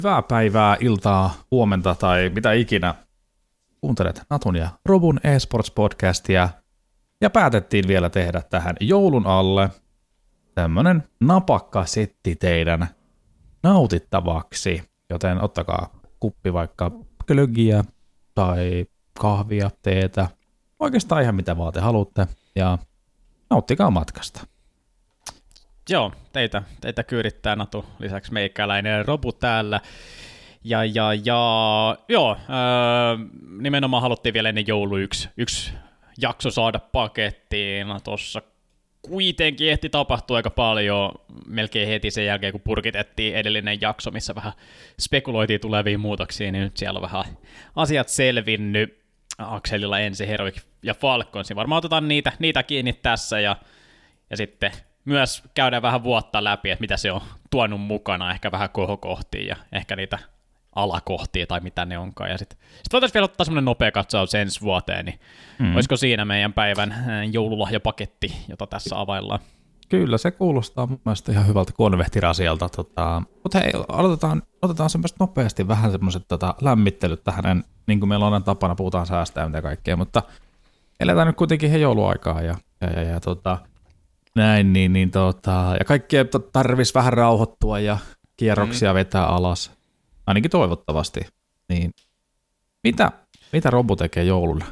Hyvää päivää, iltaa, huomenta tai mitä ikinä kuuntelet Natun ja Robun eSports-podcastia. Ja päätettiin vielä tehdä tähän joulun alle tämmönen napakka setti teidän nautittavaksi. Joten ottakaa kuppi vaikka glögiä tai kahvia, teetä, oikeastaan ihan mitä vaan te haluatte ja nauttikaa matkasta. Joo, teitä kyyrittää Natu, lisäksi meikäläinen Robu täällä. Nimenomaan haluttiin vielä ennen joulua yksi jakso saada pakettiin. Tuossa kuitenkin ehti tapahtua aika paljon melkein heti sen jälkeen, kun purkitettiin edellinen jakso, missä vähän spekuloitiin tuleviin muutoksiin, niin nyt siellä on vähän asiat selvinnyt. Akselilla ensin Heroic ja Falcons, varmaan otetaan niitä kiinni tässä ja sitten myös käydään vähän vuotta läpi, että mitä se on tuonut mukana, ehkä vähän kohokohtia ja ehkä niitä alakohtia tai mitä ne onkaan. Ja sitten voitaisiin vielä ottaa semmoinen nopea katsaus ensi vuoteen, niin olisiko siinä meidän päivän joululahjapaketti, jota tässä availlaan? Kyllä, se kuulostaa mun mielestä ihan hyvältä konvehtirasialta. Mutta hei, otetaan semmoista nopeasti vähän semmoiset lämmittelyt tähän, niin kuin meillä on aina tapana, puhutaan säästää ja kaikkea, mutta eletään nyt kuitenkin jouluaikaa ja näin, ja kaikkien tarvitsisi vähän rauhoittua ja kierroksia vetää alas, ainakin toivottavasti. Niin, mitä Robu tekee joululla?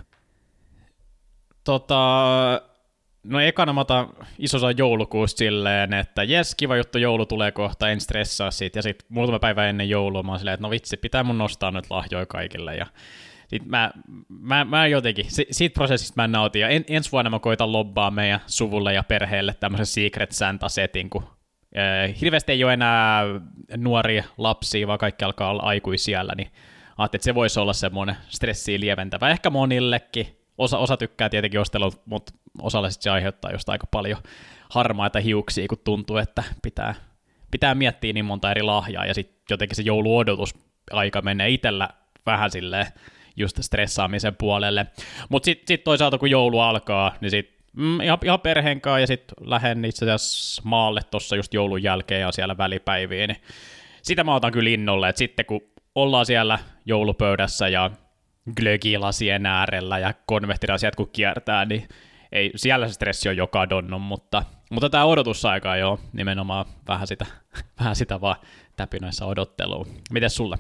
No ekana mä otan isosa joulukuusta silleen, että jes, kiva juttu, joulu tulee kohta, en stressaa siitä, ja sitten muutama päivä ennen joulua mä oon silleen, että no vitsi, pitää mun nostaa nyt lahjoja kaikille, ja sitten mä jotenkin, siitä prosessista mä nautin, ja ensi vuonna mä koitan lobbaa meidän suvulle ja perheelle tämmöisen Secret Santa-setin, kun hirveästi ei ole enää nuoria lapsia, vaan kaikki alkaa olla aikuisia, niin ajattelin, että se voisi olla semmoinen stressiä lieventävä, ehkä monillekin. Osa tykkää tietenkin ostella, mutta osalle se aiheuttaa just aika paljon harmaita hiuksia, kun tuntuu, että pitää miettiä niin monta eri lahjaa, ja sitten jotenkin se jouluodotusaika menee itsellä vähän silleen just stressaamisen puolelle. Mutta sitten toisaalta, kun joulu alkaa, niin sitten ihan perheen kanssa, ja sitten lähden itse asiassa maalle tuossa just joulun jälkeen ja siellä välipäiviin, niin sitä mä otan kyllä innolle, että sitten kun ollaan siellä joulupöydässä ja glögilasien äärellä ja konvehtirasiat kun kiertää, niin ei, siellä se stressi on joka donnon, mutta tämä odotusaika joo, nimenomaan vähän sitä vaan täpinöissä odottelua. Mites sulle?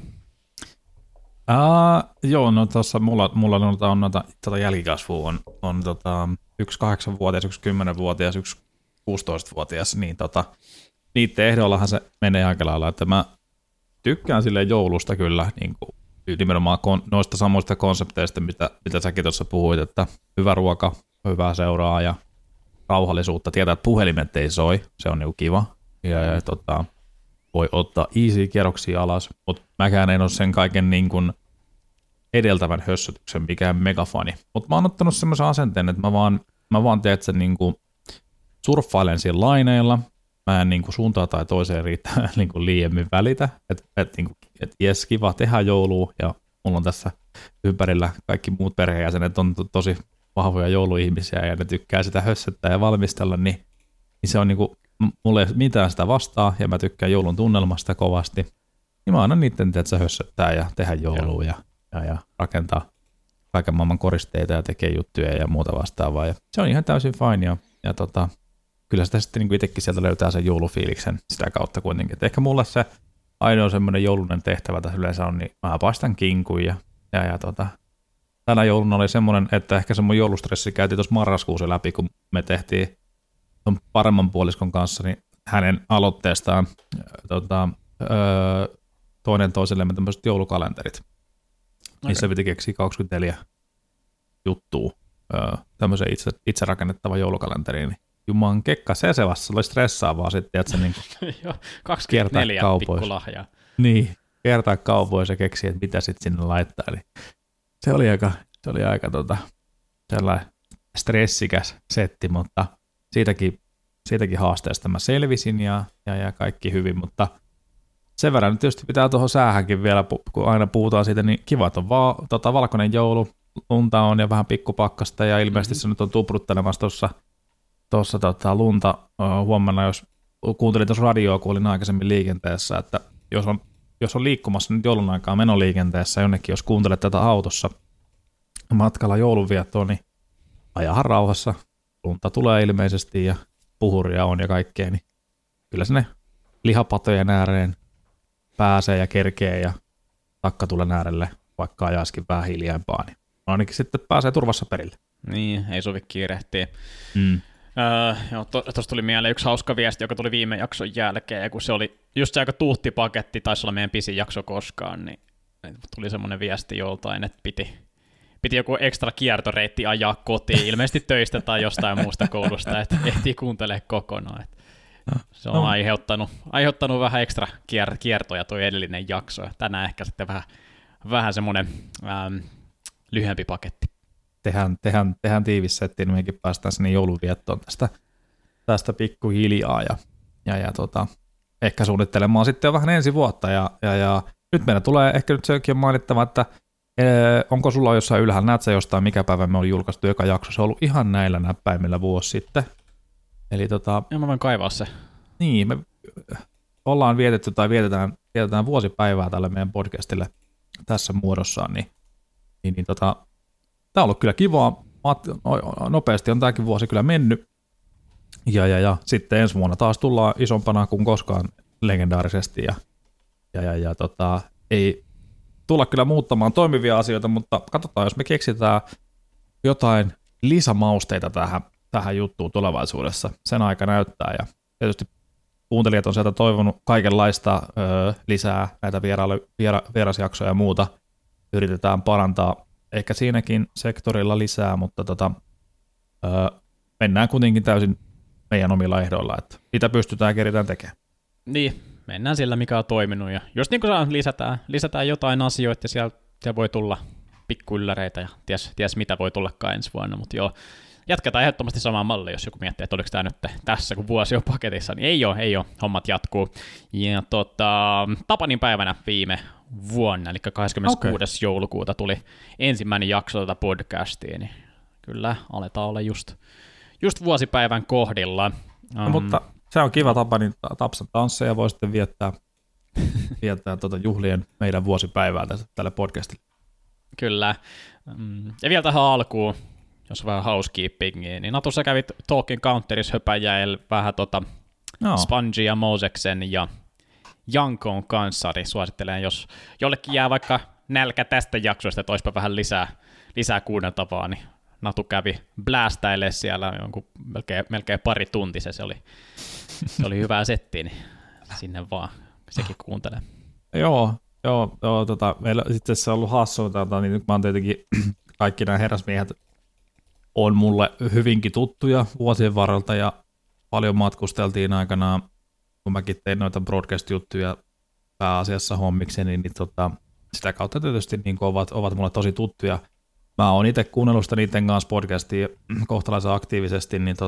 Joo, no tuossa mulla on noita jälkikasvua, on yksi 8-vuotias, yksi 10-vuotias, yksi 16-vuotias, niin niiden ehdollahan se menee aika lailla, että mä tykkään silleen joulusta kyllä, niin kuin nimenomaan noista samoista konsepteista, mitä säkin tuossa puhuit, että hyvä ruoka, hyvää seuraa ja rauhallisuutta, tietää, että puhelimet ei soi, se on niinku kiva, ja voi ottaa easy kierroksia alas, mutta mäkään en ole sen kaiken niin kuin edeltävän hössötyksen mikään megafani, mutta mä oon ottanut semmoisen asenteen, että mä vaan teet sen niin kuin surffailen siinä laineilla, mä en niin kuin suuntaan tai toiseen riittää niin kuin liiemmin välitä, että jes, kiva tehdä joulua, ja mulla on tässä ympärillä kaikki muut perheenjäsenet on tosi vahvoja jouluihmisiä, ja ne tykkää sitä hössöttää ja valmistella, niin se on niin kuin, mulla ei mitään sitä vastaa, ja mä tykkään joulun tunnelmasta kovasti, niin mä annan niiden teet hössöttää ja tehdä joulua ja rakentaa kaiken maailman koristeita ja tekee juttuja ja muuta vastaavaa, ja se on ihan täysin fine, ja kyllä sitä sitten niin itsekin sieltä löytää sen joulufiiliksen sitä kautta kuitenkin. Et ehkä mulla se ainoa semmoinen joulunen tehtävä tässä yleensä on, niin mä paistan kinkun ja tänä jouluna oli semmoinen, että ehkä se mun joulustressi käytiin tuossa marraskuussa läpi, kun me tehtiin ton paremman puoliskon kanssa, niin hänen aloitteestaan toinen toisellemme tämmöiset joulukalenterit. Niissä piti keksiä 24 juttua tämmöisen itse rakennettava joulukalenteri, niin juman kekka, se vasta oli stressaavaa sitten, että se niin 24 pikkulahjaa. Niin, kiertää kaupoissa ja keksii, että mitä sitten sinne laittaa. Eli se oli aika sellainen stressikäs setti, mutta siitäkin haasteesta mä selvisin ja kaikki hyvin, mutta sen verran nyt tietysti pitää tuohon säähänkin vielä, kun aina puhutaan siitä, niin kiva, että on valkoinen joulu, lunta on ja vähän pikkupakkasta ja ilmeisesti se nyt on tupruttelemassa tuossa lunta huomenna, jos kuuntelin tuossa radioa, kun olin aikaisemmin liikenteessä, että jos on jos on liikkumassa nyt joulun aikaa menoliikenteessä jonnekin, jos kuuntelet tätä autossa matkalla joulunviettoon, niin ajahan rauhassa. Lunta tulee ilmeisesti ja puhuria on ja kaikkea, niin kyllä sinne lihapatojen ääreen pääsee ja kerkee ja takkatulen äärelle, vaikka ajaisikin vähän hiljaempaa, niin ainakin sitten pääsee turvassa perille. Niin, ei sovi kiirehtiä. Tuosta tuli mieleen yksi hauska viesti, joka tuli viime jakson jälkeen, ja kun se oli just se aika tuhtipaketti, taisi olla meidän pisin jakso koskaan, niin tuli semmoinen viesti joltain, että piti joku ekstra kiertoreitti ajaa kotiin, ilmeisesti töistä tai jostain muusta koulusta, että ehtii kuuntelemaan kokonaan. Se on aiheuttanut vähän ekstra kiertoja tuo edellinen jakso, ja tänään ehkä sitten vähän semmoinen lyhyempi paketti. Tehdään tiivis setti, niin mekin päästään sinne joulunviettoon tästä pikkuhiljaa ja ehkä suunnittelemaan sitten jo vähän ensi vuotta ja nyt meidän tulee ehkä nyt sekin mainittava, että onko sulla jossain ylhäällä, näet sä jostain mikä päivä me oli julkaistu joka jakso, se on ollut ihan näillä näppäimillä vuosi sitten. Eli ja mä voin kaivaa se. Niin, me ollaan vietetty tai vietetään vuosipäivää tälle meidän podcastille tässä muodossaan, niin tämä on ollut kyllä kivaa. Nopeasti on tämäkin vuosi kyllä mennyt. Ja sitten ensi vuonna taas tullaan isompana kuin koskaan legendaarisesti. Ei tulla kyllä muuttamaan toimivia asioita, mutta katsotaan, jos me keksitään jotain lisämausteita tähän juttuun tulevaisuudessa. Sen aika näyttää. Ja tietysti kuuntelijat on sieltä toivonut kaikenlaista lisää näitä vierasjaksoja ja muuta. Yritetään parantaa ehkä siinäkin sektorilla lisää, mutta mennään kuitenkin täysin meidän omilla ehdoilla, että mitä pystytään ja keritään tekemään. Niin, mennään sillä, mikä on toiminut. Ja jos niin kuin lisätään jotain asioita, ja siellä voi tulla pikkuylläreitä, ja ties mitä voi tullakaan ensi vuonna, mutta joo, jatketaan ehdottomasti samaa mallia, jos joku miettii, että oliko tämä nyt tässä, kun vuosi on paketissa, niin ei ole, hommat jatkuu. Ja Tapanin päivänä viime vuonna, eli 26. joulukuuta tuli ensimmäinen jakso tätä podcastia, niin kyllä aletaan olla just vuosipäivän kohdilla. No, mutta se on kiva Tapanin Tapsan tansseja, voi sitten viettää juhlien meidän vuosipäivää tälle podcastille. Kyllä. Ja vielä tähän alkuun, jos on vähän housekeepingia, niin Natussa kävit Talking Counterissa höpäjäillä vähän Spongy ja Moseksen ja Jankon kanssa, niin suosittelen, jos jollekin jää vaikka nälkä tästä jaksosta, että olisipa vähän lisää kuunneltavaa, niin Natu kävi blästäilemään siellä jonkun melkein pari tuntia, se oli hyvää settiä, niin sinne vaan sekin kuuntelee. Joo, meillä itse asiassa on ollut hassua, niin nyt mä oon tietenkin kaikki nämä herrasmiehet on mulle hyvinkin tuttuja vuosien varrelta ja paljon matkusteltiin aikanaan, kun mäkin tein noita broadcast-juttuja pääasiassa hommikseni, niin sitä kautta tietysti niin ovat mulle tosi tuttuja. Mä oon itse kuunnellut sitä niiden kanssa podcastia kohtalaisen aktiivisesti, niin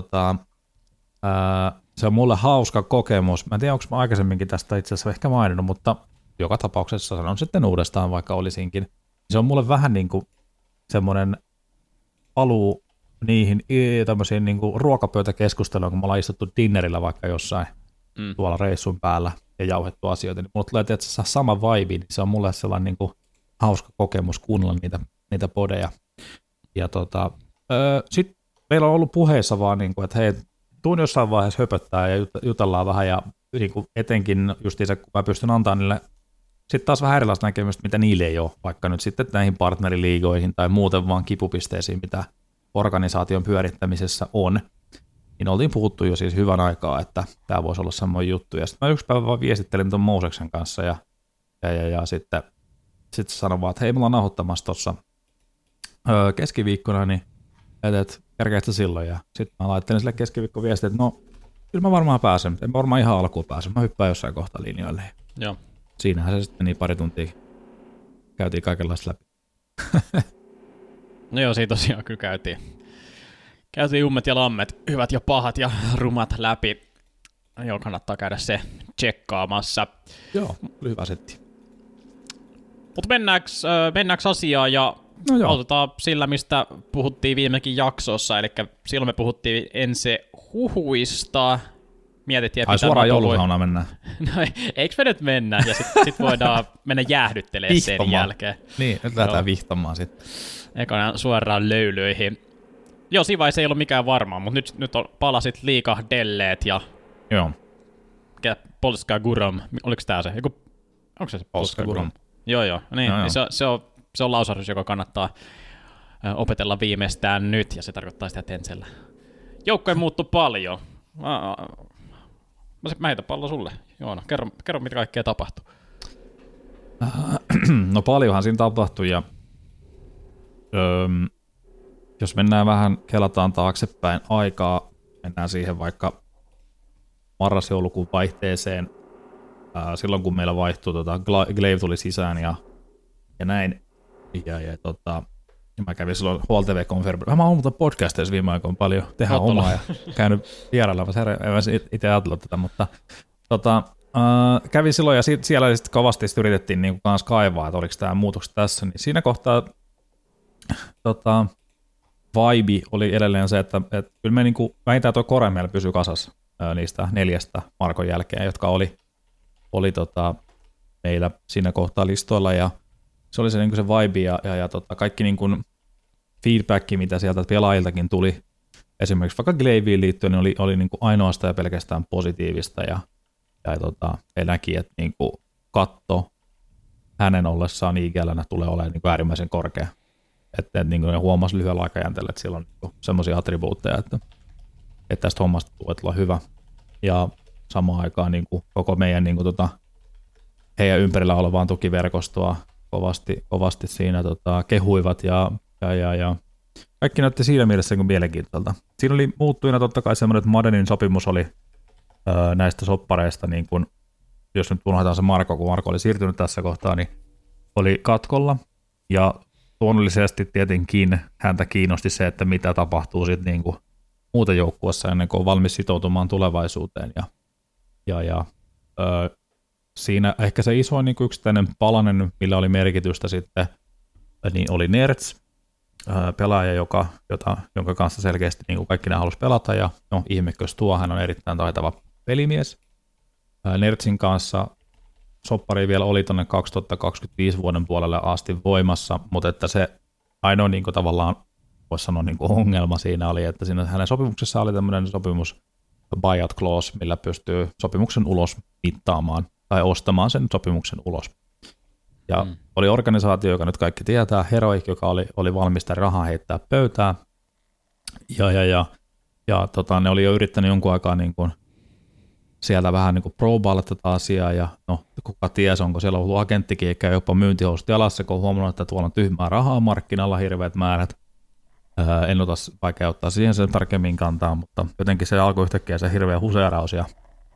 se on mulle hauska kokemus. Mä en tiedä, onko mä aikaisemminkin tästä itse asiassa ehkä maininnut, mutta joka tapauksessa sanon sitten uudestaan, vaikka olisinkin. Se on mulle vähän niin kuin semmoinen paluu niihin tämmöisiin niin kuin ruokapöytäkeskusteluun, kun me ollaan istuttu dinnerillä vaikka jossain tuolla reissun päällä ja jauhettu asioita, niin mulle tulee tietysti sama vibe, niin se on mulle sellainen niin kuin hauska kokemus kuunnella niitä podeja. Ja sitten meillä on ollut puheissa vaan, niin kuin, että hei, tuun jossain vaiheessa höpöttää ja jutellaan vähän, ja niin kuin etenkin justiinsa, kun mä pystyn antaa niille sitten taas vähän erilaista näkemystä, mitä niille ei ole, vaikka nyt sitten näihin partneriliigoihin tai muuten vaan kipupisteisiin, mitä organisaation pyörittämisessä on, niin oltiin puhuttu jo siis hyvän aikaa, että tämä voisi olla samoin juttu. Ja sitten mä yksi päivä vaan viestittelin tuon Moseksen kanssa ja sitten sanoin vaan, että hei, me ollaan nauhoittamassa tuossa keskiviikkona, niin että kerkeätkö silloin? Ja sitten mä laittelin sille keskiviikkoviestiä, että no, kyllä mä varmaan pääsen, en mä varmaan ihan alkuun pääse, mä hyppään jossain kohta linjoille. Joo. Siinähän se sitten niin pari tuntia käytiin kaikenlaista läpi. No joo, siitä tosiaan kyllä käytiin ummet ja lammet, hyvät ja pahat ja rumat läpi. Joo, kannattaa käydä se tsekkaamassa. Joo, oli hyvä setti. Mutta mennäänkö asiaan ja aloitetaan sillä, mistä puhuttiin viimekin jaksossa, eli silloin me puhuttiin ensi huhuista, mietittiin, että ai suoraan joulusaunaan mennään. No eikö me nyt mennä, ja sit voidaan mennä jäähdyttelemään sen jälkeen. Niin, nyt lähdetään vihtomaan sitten. Ekana suoraan löylyihin. Joo, siinä vaiheessa ei ollut mikään varmaa, mutta nyt palasit liikahdelleet ja... Joo. Polska Gurom, oliko tää se? Onko se Polska Gurom? Joo, niin, joo. Niin se on lausahdus, joka kannattaa opetella viimeistään nyt, ja se tarkoittaa sitä Tensellä. Joukkoja muuttui paljon. Mä heitän pallo sulle. Joona, kerro mitä kaikkea tapahtui. No paljonhan siinä tapahtui, ja jos mennään vähän, kelataan taaksepäin aikaa, mennään siihen vaikka marras-joulukuun vaihteeseen, silloin kun meillä vaihtui, Glaive tuli sisään ja näin, ja mä kävin silloin Huol TV-konferenssissa. Mä oon muuten podcasteissa viime aikoina paljon tehdä omaa ja käynyt vierailemassa. En itse ajatellut tätä, mutta kävin silloin ja siellä sitten kovasti yritettiin niin kanssa kaivaa, että oliko tämä muutokset tässä. Niin siinä kohtaa vibe oli edelleen se, että kyllä me niin vähintään tuo core meillä pysyi kasassa niistä 4 Markon jälkeen, jotka oli meillä siinä kohtaa listoilla, ja se oli se, niin se vibe ja kaikki niin kuin feedback, mitä sieltä pelaajiltakin tuli, esimerkiksi vaikka Glaiveen liittyen, niin oli niin kuin ainoastaan ja pelkästään positiivista, ja he näki, että niin kuin katto hänen ollessaan IGL:nä tulee olemaan niin kuin äärimmäisen korkea. Että niin kuin ne huomasi lyhyellä aikajänteellä, että siellä on niin semmoisia attribuutteja, että tästä hommasta tulee tulla hyvä. Ja samaan aikaan niin kuin koko meidän niin kuin heidän ympärillä olevaan tukiverkostoa kovasti siinä kehuivat ja kaikki näytti siinä mielessä niin mielenkiintoiselta. Siinä oli muuttuina totta kai semmoinen, että Maddenin sopimus oli näistä soppareista, niin kuin, jos nyt unohdetaan se Marko, kun Marko oli siirtynyt tässä kohtaa, niin oli katkolla, ja luonnollisesti tietenkin häntä kiinnosti se, että mitä tapahtuu sitten niin kuin muuten joukkueessa ennen kuin on valmis sitoutumaan tulevaisuuteen, ja siinä ehkä se isoin niin yksittäinen palanen, millä oli merkitystä sitten, niin oli Nerds, pelaaja, jonka kanssa selkeästi niin kuin kaikki nämä halusi pelata, ja no ihmekös tuo, hän on erittäin taitava pelimies. Nerdsin kanssa soppari vielä oli tuonne 2025 vuoden puolelle asti voimassa, mutta että se ainoa niin kuin tavallaan, voisi sanoa niin kuin ongelma siinä oli, että siinä hänen sopimuksessa oli tämmöinen sopimus buyout clause, millä pystyy sopimuksen ulos mittaamaan tai ostamaan sen sopimuksen ulos. Ja oli organisaatio, joka nyt kaikki tietää, Heroic, joka oli valmis sitä rahaa heittää pöytään. Ne oli jo yrittänyt jonkun aikaa niin kuin sieltä vähän niin kuin probailla tätä asiaa, ja no kuka ties, onko siellä ollut agenttikin, eikä jopa myyntihousut jalassa, kun on huomannut, että tuolla on tyhmää rahaa markkinalla, hirveät määrät. En ota vaikea ottaa siihen sen tarkemmin kantaa, mutta jotenkin se alkoi yhtäkkiä se hirveä huseeraus, ja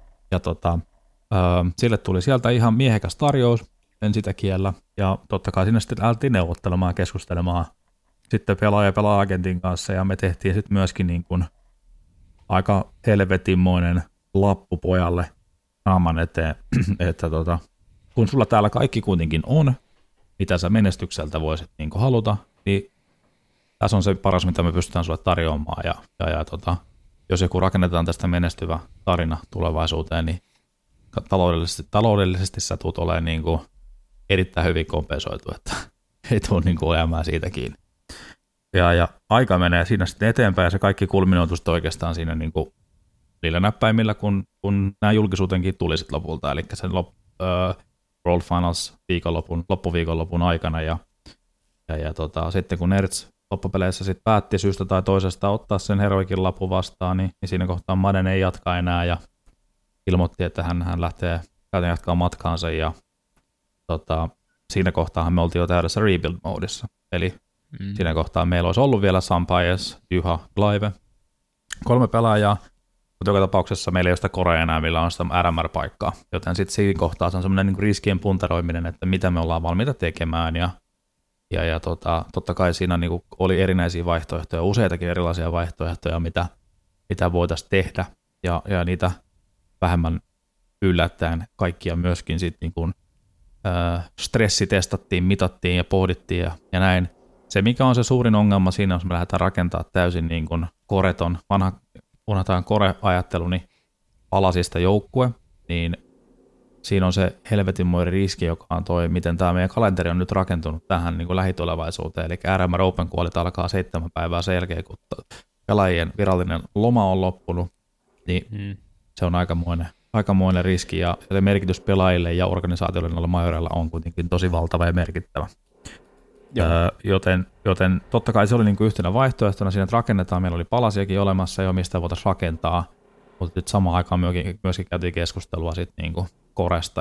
sille tuli sieltä ihan miehekäs tarjous, en sitä kiellä, ja totta kai sinne sitten ältiin neuvottelemaan ja keskustelemaan sitten pelaaja-agentin kanssa, ja me tehtiin sitten myöskin niin kuin aika helvetinmoinen lappu pojalle naaman eteen, että kun sulla täällä kaikki kuitenkin on, mitä sä menestykseltä voisit niin kuin haluta, niin tässä on se paras, mitä me pystytään sulle tarjoamaan, ja jos joku rakennetaan tästä menestyvä tarina tulevaisuuteen, niin taloudellisesti sä tulet olemaan niin kuin erittäin hyvin kompensoitu, että ei tule niin kuin jäämään siitä kiinni. Ja aika menee siinä sitten eteenpäin, ja se kaikki kulminoitu oikeastaan siinä niin kuin niillä näppäimillä, kun nämä julkisuutenkin tuli sitten lopulta, eli sen World Finals loppuviikonlopun aikana, ja sitten kun Nerds loppupeleissä sitten päätti syystä tai toisesta ottaa sen Heroicin lapun vastaan, niin siinä kohtaa Madden ei jatka enää, ja ilmoitti, että hän lähtee jatkaa matkaansa, ja siinä kohtaa me oltiin jo täydessä rebuild-moodissa, eli siinä kohtaa meillä olisi ollut vielä Sampaies, Juha, Glaive, 3 pelaajaa, mutta joka tapauksessa meillä ei ole sitä korea enää, millä on sitä RMR-paikkaa, joten sitten siinä kohtaa se on semmoinen niin riskien puntaroiminen, että mitä me ollaan valmiita tekemään, ja totta kai siinä niin oli erinäisiä vaihtoehtoja, useitakin erilaisia vaihtoehtoja, mitä voitaisiin tehdä, ja niitä vähemmän yllättäen kaikkia myöskin sitten niin kuin stressitestattiin, mitattiin ja pohdittiin ja näin. Se, mikä on se suurin ongelma siinä, jos me lähdetään rakentamaan täysin niin kuin koreton, vanha core-ajattelu, niin palasista joukkue, niin siinä on se helvetinmoinen riski, joka on toi, miten tämä meidän kalenteri on nyt rakentunut tähän niin kuin lähitulevaisuuteen. Eli RMR Open Qualit alkaa 7 päivää sen jälkeen, kun pelaajien virallinen loma on loppunut, niin se on aikamoinen riski, ja se merkitys pelaajille ja organisaatioille noilla majoreilla on kuitenkin tosi valtava ja merkittävä. Joten totta kai se oli niin kuin yhtenä vaihtoehtona siinä, että rakennetaan, meillä oli palasiakin olemassa jo, mistä voitaisiin rakentaa, mutta nyt samaan aikaan myöskin käytiin keskustelua sit niin kuin Koresta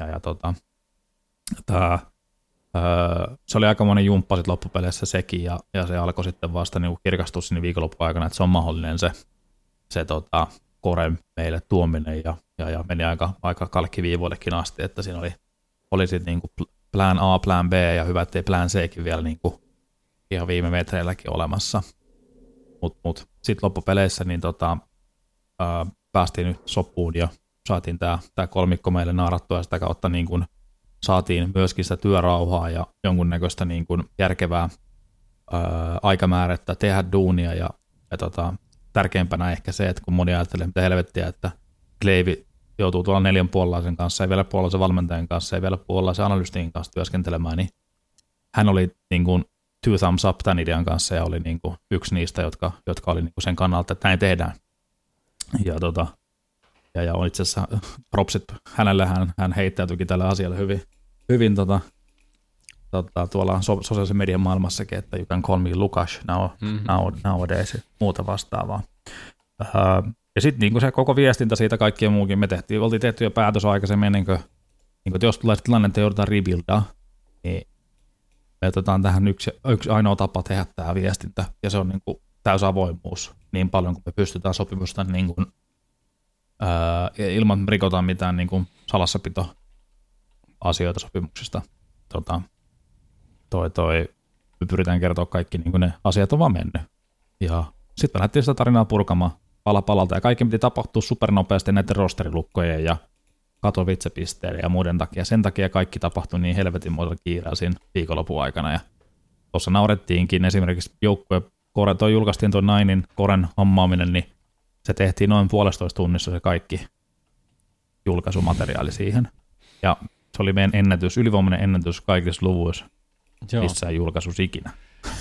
se oli aikamoinen jumppa sit loppupeleissä sekin, ja se alkoi sitten vasta niin kuin kirkastua sinne viikonlopun aikana, että se on mahdollinen se Koren meille tuominen, ja meni aika kalkkiviivoillekin asti, että siinä oli sitten niin kuin plan A, plan B, ja hyvä, ettei plan Ckin vielä niin kuin ihan viime metreilläkin olemassa. Mut sitten loppupeleissä niin päästiin nyt sopuun, ja saatiin tämä kolmikko meille naarattua, ja sitä kautta niin kuin saatiin myöskin sitä työrauhaa ja jonkunnäköistä niin kuin järkevää aikamäärättä tehdä duunia, ja tärkeimpänä ehkä se, että kun moni ajattelee, mitä helvettiä, että Kleivi joutuu tuolla 4 puolalaisen kanssa, ei vielä puolalaisen valmentajan kanssa, ei vielä puolalaisen analystin kanssa työskentelemään, niin hän oli niin kuin 2 thumbs up tämän idean kanssa, ja oli niin kuin yksi niistä, jotka oli niin kuin sen kannalta, että näin tehdään. Ja on itse asiassa propsit hänelle, hän heittäytyikin tälle asialle hyvin tuolla sosiaalisen median maailmassakin, että you can call me Lukas nowadays, muuta vastaavaa. Ja sitten niin se koko viestintä siitä kaikkien muukin, me oltiin tehty jo päätös aikaisemmin ennen kuin että jos tulee tilanne, että joudutaan rebuildaa, niin me otetaan tähän yksi ainoa tapa tehdä tämä viestintä, ja se on niin kuin täysavoimuus niin paljon, kun me pystytään sopimusta niin kuin, ilman, että me rikotaan mitään niin kuin salassapito-asioita sopimuksista. Me pyritään kertoa kaikki niin kuin ne asiat on vaan mennyt. Ja sitten me lähdettiin sitä tarinaa purkamaan pala palalta, ja kaikki piti tapahtua supernopeasti näiden rosterilukkojen ja Katowice-pisteiden ja muiden takia. Sen takia kaikki tapahtui niin helvetinmoisella kiireellä siinä viikonlopun aikana. Ja tuossa naurettiinkin esimerkiksi joukkue, toi julkaistiin tuon Nainin Koren hommaaminen, niin se tehtiin noin 1,5 tunnissa se kaikki julkaisumateriaali siihen. Ja se oli meidän ylivoimainen ennätys kaikissa luvuissa, missään julkaisussa ikinä.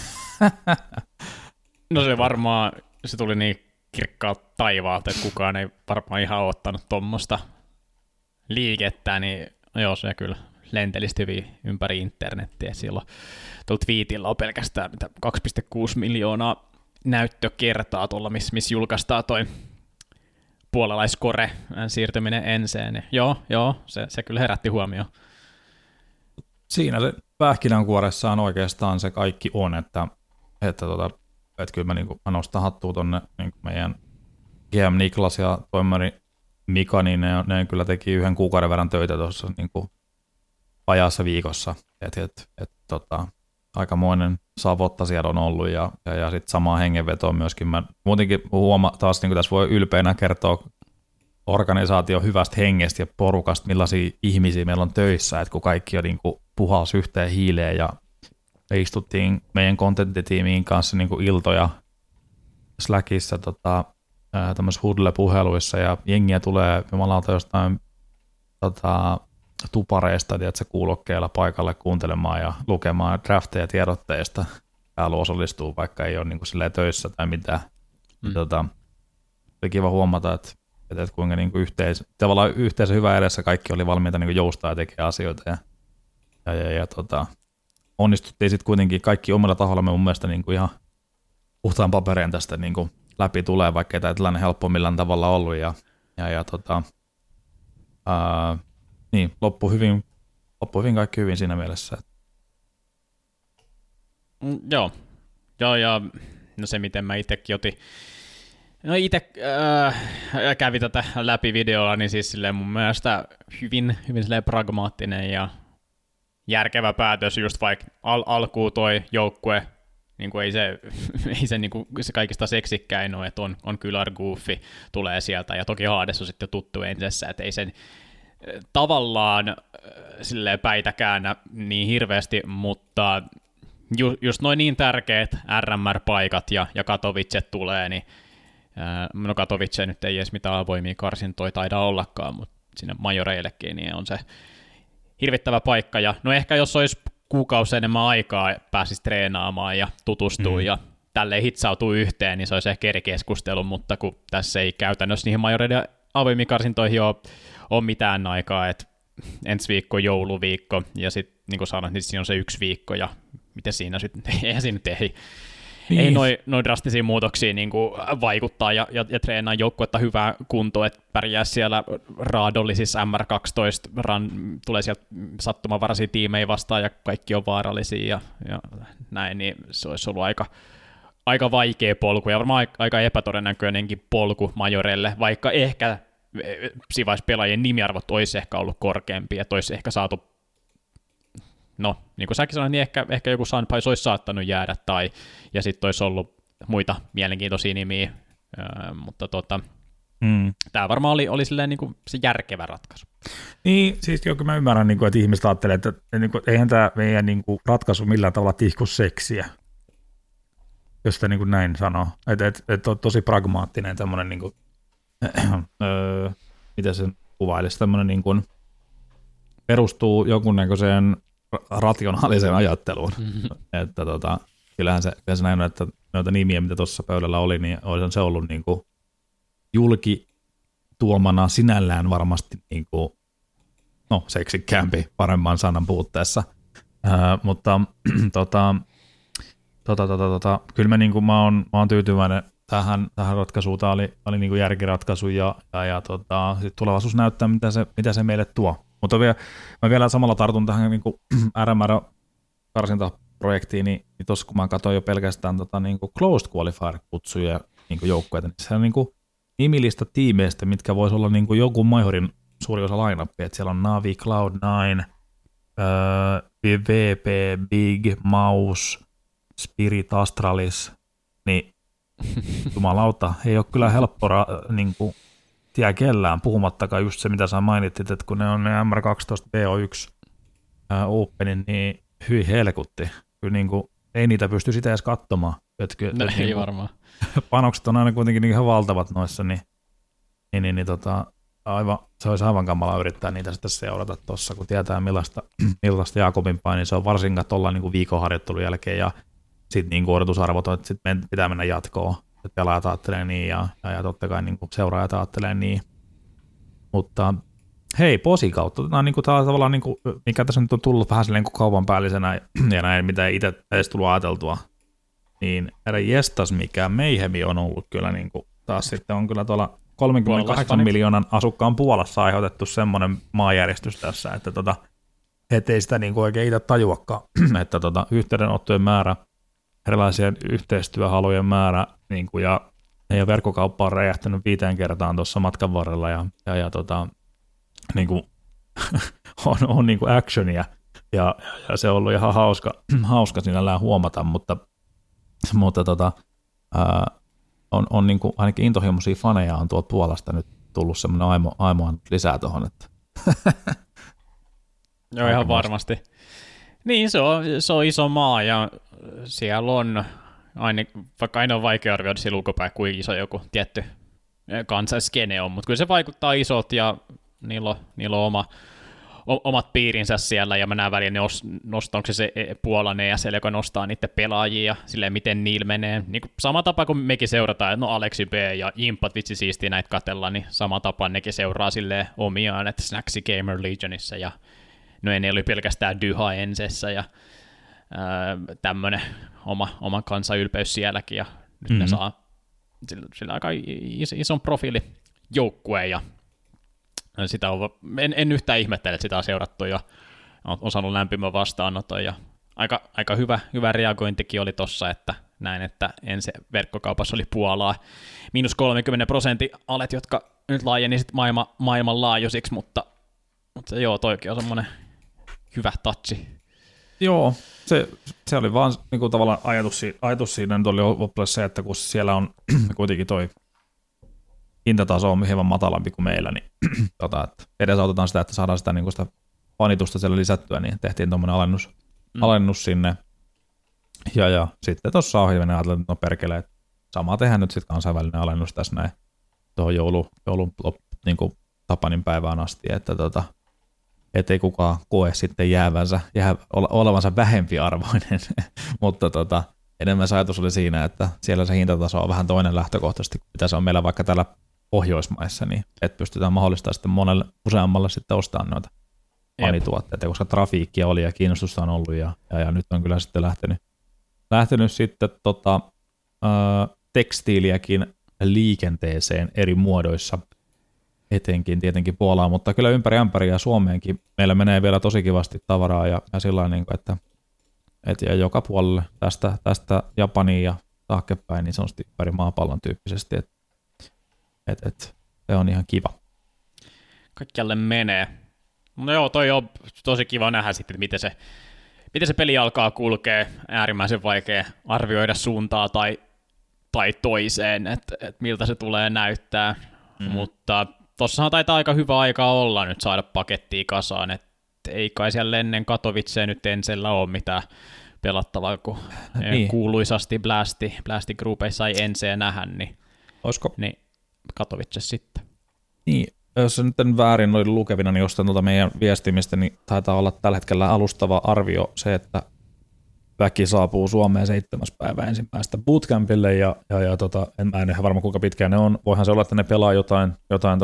No se varmaan, se tuli niin kirkkaalta taivaalta, että kukaan ei varmaan ihan ottanut tuommoista liikettä, niin joo, se kyllä lenteli hyvin ympäri internettiä. Silloin tuolla tweetillä on pelkästään 2,6 miljoonaa näyttökertaa tuolla, missä julkaistaan toi puolalaiskore siirtyminen enseen. Joo, se kyllä herätti huomioon. Siinä se pähkinänkuoressaan oikeastaan se kaikki on, että kyllä mä nostan hattua tuonne niin meidän GM Niklas ja toimari Mika, niin ne kyllä teki 1 kuukauden verran töitä tuossa niin vajaassa viikossa. Aikamoinen savotta siellä on ollut, ja sitten samaa hengenvetoa myöskin. Mä muutenkin taas niin tässä voi ylpeänä kertoa organisaation hyvästä hengestä ja porukasta, millaisia ihmisiä meillä on töissä, että kun kaikki on niin puhals yhteen hiileen, ja me istuttiin meidän content-tiimiin kanssa niin iltoja Slackissa tämmöisissä huddle-puheluissa, ja jengiä tulee jumalauta jostain tupareista, tiedätkö, kuulokkeilla paikalle kuuntelemaan ja lukemaan drafteja tiedotteista. Täällä osallistuu, vaikka ei ole niin kuin töissä tai mitään. Oli kiva huomata, että kuinka niin kuin tavallaan yhteisö hyvä edessä kaikki oli valmiita niin kuin joustaa ja tekee asioita. Ja onnistuttiin sitten kuitenkin kaikki omalla tahollamme mun mielestä niin kuin ihan puhtaan papereen tästä niin kuin läpi tulee, vaikka ei tämä tilanne helppo millään tavalla ollut. Niin, loppui hyvin kaikki hyvin siinä mielessä. Joo, ja no se miten mä itsekin otin, kävin tätä läpi videolla, niin siis silleen mun mielestä hyvin silleen pragmaattinen ja järkevä päätös, just vaikka alkuun toi joukkue, niin kuin ei se, niin kuin se kaikista seksikkäin ole, että on kyllä Goofy tulee sieltä, ja toki Hades on sitten tuttu entisessä, että ei sen tavallaan silleen päitä käännä niin hirveästi, mutta just noin niin tärkeät RMR-paikat ja Katowicet tulee, niin No Katowice nyt ei edes mitään avoimia karsintoja taida ollakaan, mutta sinne majoreillekin niin on se hirvittävä paikka. Ja no ehkä jos olisi kuukausi enemmän aikaa pääsisi treenaamaan ja tutustuu ja tälleen hitsautuu yhteen, niin se olisi ehkä eri keskustelu, mutta kun tässä ei käytännössä niihin majoreiden avoimiin karsintoihin ole mitään aikaa, että ensi viikko jouluviikko ja sitten niin kuin sanoit, niin siinä on se 1 viikko ja miten siinä sitten, eihän siinä nyt ei noin drastisia muutoksia niin kuin vaikuttaa ja treenaa joukkuetta hyvää kuntoa, että pärjää siellä raadollisissa MR12, tulee sieltä sattumanvaraisia tiimejä vastaan ja kaikki on vaarallisia ja näin, niin se olisi ollut aika vaikea polku ja varmaan aika epätodennäköinenkin polku majorelle, vaikka ehkä pelaajien nimiarvot olisi ehkä ollut korkeampia, että olisi ehkä saatu, no niin kuin säkin sanoit, niin ehkä joku Sunpais olisi saattanut jäädä, ja sitten olisi ollut muita mielenkiintoisia nimiä, mutta tämä varmaan oli silleen niin kuin se järkevä ratkaisu. Niin, siis kyllä mä ymmärrän, niin kuin, että ihmiset ajattelee, että niin kuin, eihän tämä meidän niin kuin, ratkaisu millään tavalla tihku seksiä, jos sitä niin kuin näin sanoo, että on tosi pragmaattinen tämmöinen niin kuin, miten sen kuvailisi, tämmöinen niin kuin perustuu jonkunnäköiseen rationaaliseen ajatteluun. Että kyllähän se näin on, että noita nimiä, mitä tuossa pöydällä oli, niin olisi se ollut niin kuin julkituomana sinällään varmasti niin kuin, no, seksikkäämpi paremman sanan puutteessa. Mutta kyllä mä oon tyytyväinen tähän ratkaisuun. Tämä oli niin kuin järkiratkaisu ja sit tulevaisuus näyttää, mitä se meille tuo. Mutta mä vielä samalla tartun tähän niin kuin RMR-karsintaprojektiin, niin tuossa kun mä katsoin jo pelkästään niin kuin closed qualifier-kutsuja niin kuin joukkueita, niin se on niin kuin nimilista tiimeistä, mitkä voisi olla niin kuin joku majorin suuri osa line-upia, että siellä on Navi, Cloud9, VP, Big, Mouse, Spirit, Astralis, niin jumalauta, ei ole kyllä helppo niin kuin tie kellään, puhumattakaan just se, mitä sä mainittit, että kun ne on ne MR12 BO1 Openin, niin hyi helkutti. Kyllä niin kuin, ei niitä pysty sitä edes katsomaan. No ei niin varmaan. Panokset on aina kuitenkin ihan valtavat noissa, niin se olisi aivan kamala yrittää niitä sitten seurata tuossa, kun tietää millaista Jakobin paini se on, varsinkaan tuolla niin viikonharjoittelun jälkeen, ja sitten niin odotusarvot on, että sitten pitää mennä jatkoon. Että pelaajat ajattelee niin, ja totta kai niin seuraajat ajattelee niin. Mutta hei, posi kautta. Tämä on niin kuin, tavallaan, niin kuin, mikä tässä nyt on tullut vähän silleen kaupan päällisenä, ja näin, mitä ei itse edes tullut ajateltua, niin herra jestas, mikä meihemi on ollut kyllä, niin kuin, taas sitten on kyllä tuolla 38 miljoonan asukkaan Puolassa aiheutettu semmoinen maanjärjestys tässä, että ei sitä niin kuin oikein itse tajuakaan, että yhteydenottojen määrä, erilaisien yhteistyöhalujen määrä, niin kuin, ja heidän verkkokauppa on räjähtänyt 5 kertaan tuossa matkan varrella, ja niin kuin, on niin kuin actionia, ja se on ollut ihan hauska sinällään huomata, mutta on niin kuin, ainakin intohimoisia faneja on tuolta Puolasta nyt tullut semmoinen aimoa lisää tuohon. Että joo, ihan varmasti. Niin, se on iso maa, ja siellä on, vaikka aina on vaikea arvioida siellä ulkopäin, kuinka iso joku tietty kansanskene on, mutta kyllä se vaikuttaa isot, ja niillä on omat piirinsä siellä, ja mä näen väliin, onko se Puolan ESL, joka nostaa niiden pelaajia, silleen miten niillä menee. Niin sama tapa kuin mekin seurataan, että no Aleksi B ja Impat, vitsi siistiä näitä katella, niin sama tapa nekin seuraa silleen omiaan, että Snacksy Gamer Legionissa, ja no ei ne oli pelkästään Dyha Ensessä, ja tämmöinen oma kansanylpeys sielläkin, ja nyt ne saa sillä aika ison profiilijoukkueen, ja sitä on, en yhtään ihmettele, että sitä on seurattu ja on saanut lämpimän vastaanoton, ja aika hyvä reagointikin oli tossa, että näin, että ensi verkkokaupassa oli Puolaa -30% alet, jotka nyt laajeni sitten maailmanlaajuisiksi, mutta joo, toikin on semmoinen hyvä touchi. Joo, se oli vaan niin kuin tavallaan ajatus siinä nyt oli loppujen se, että kun siellä on kuitenkin toi hintataso on hieman matalampi kuin meillä, niin että edesautetaan sitä, että saadaan sitä, niin kuin sitä fanitusta siellä lisättyä, niin tehtiin tuommoinen alennus sinne. Ja sitten tuossa ohjelminen ajattelin, että no perkele, sama tehdään nyt sitten kansainvälinen alennus tässä näin tuohon joulun niin kuin Tapanin päivään asti, että ettei kukaan koe sitten olevansa vähempiarvoinen, mutta enemmän se ajatus oli siinä, että siellä se hintataso on vähän toinen lähtökohtaisesti, mitä se on meillä vaikka täällä Pohjoismaissa, niin että pystytään mahdollistamaan sitten monelle useammalle sitten ostamaan noita panituotteita, koska trafiikkia oli ja kiinnostusta on ollut ja nyt on kyllä sitten lähtenyt sitten tekstiiliäkin liikenteeseen eri muodoissa, etenkin tietenkin Puolaan, mutta kyllä ympäri ämpäriä ja Suomeenkin meillä menee vielä tosi kivasti tavaraa ja sillä niin kuin, että joka puolelle tästä Japaniin ja taaksepäin, niin se on sitten ympäri maapallon tyyppisesti, että se on ihan kiva. Kaikkialle menee. No joo, toi on tosi kiva nähdä sitten, että miten se peli alkaa kulkea. Äärimmäisen vaikea arvioida suuntaa tai toiseen, että miltä se tulee näyttää, mutta tossahan taitaa aika hyvä aika olla nyt saada pakettia kasaan, että ei kai siellä ennen Katowicea nyt Ensellä ole mitään pelattavaa, kun niin. Kuuluisasti Blasti Groupeissa ei Enseä nähdä, niin, niin Katowice sitten. Niin, jos nyt en väärin oli lukevina, niin jostain tuolta meidän viestimistä, niin taitaa olla tällä hetkellä alustava arvio se, että väki saapuu Suomeen 7. päivä ensimmäistä bootcampille, ja en ihan varma kuinka pitkään ne on. Voihan se olla, että ne pelaa jotain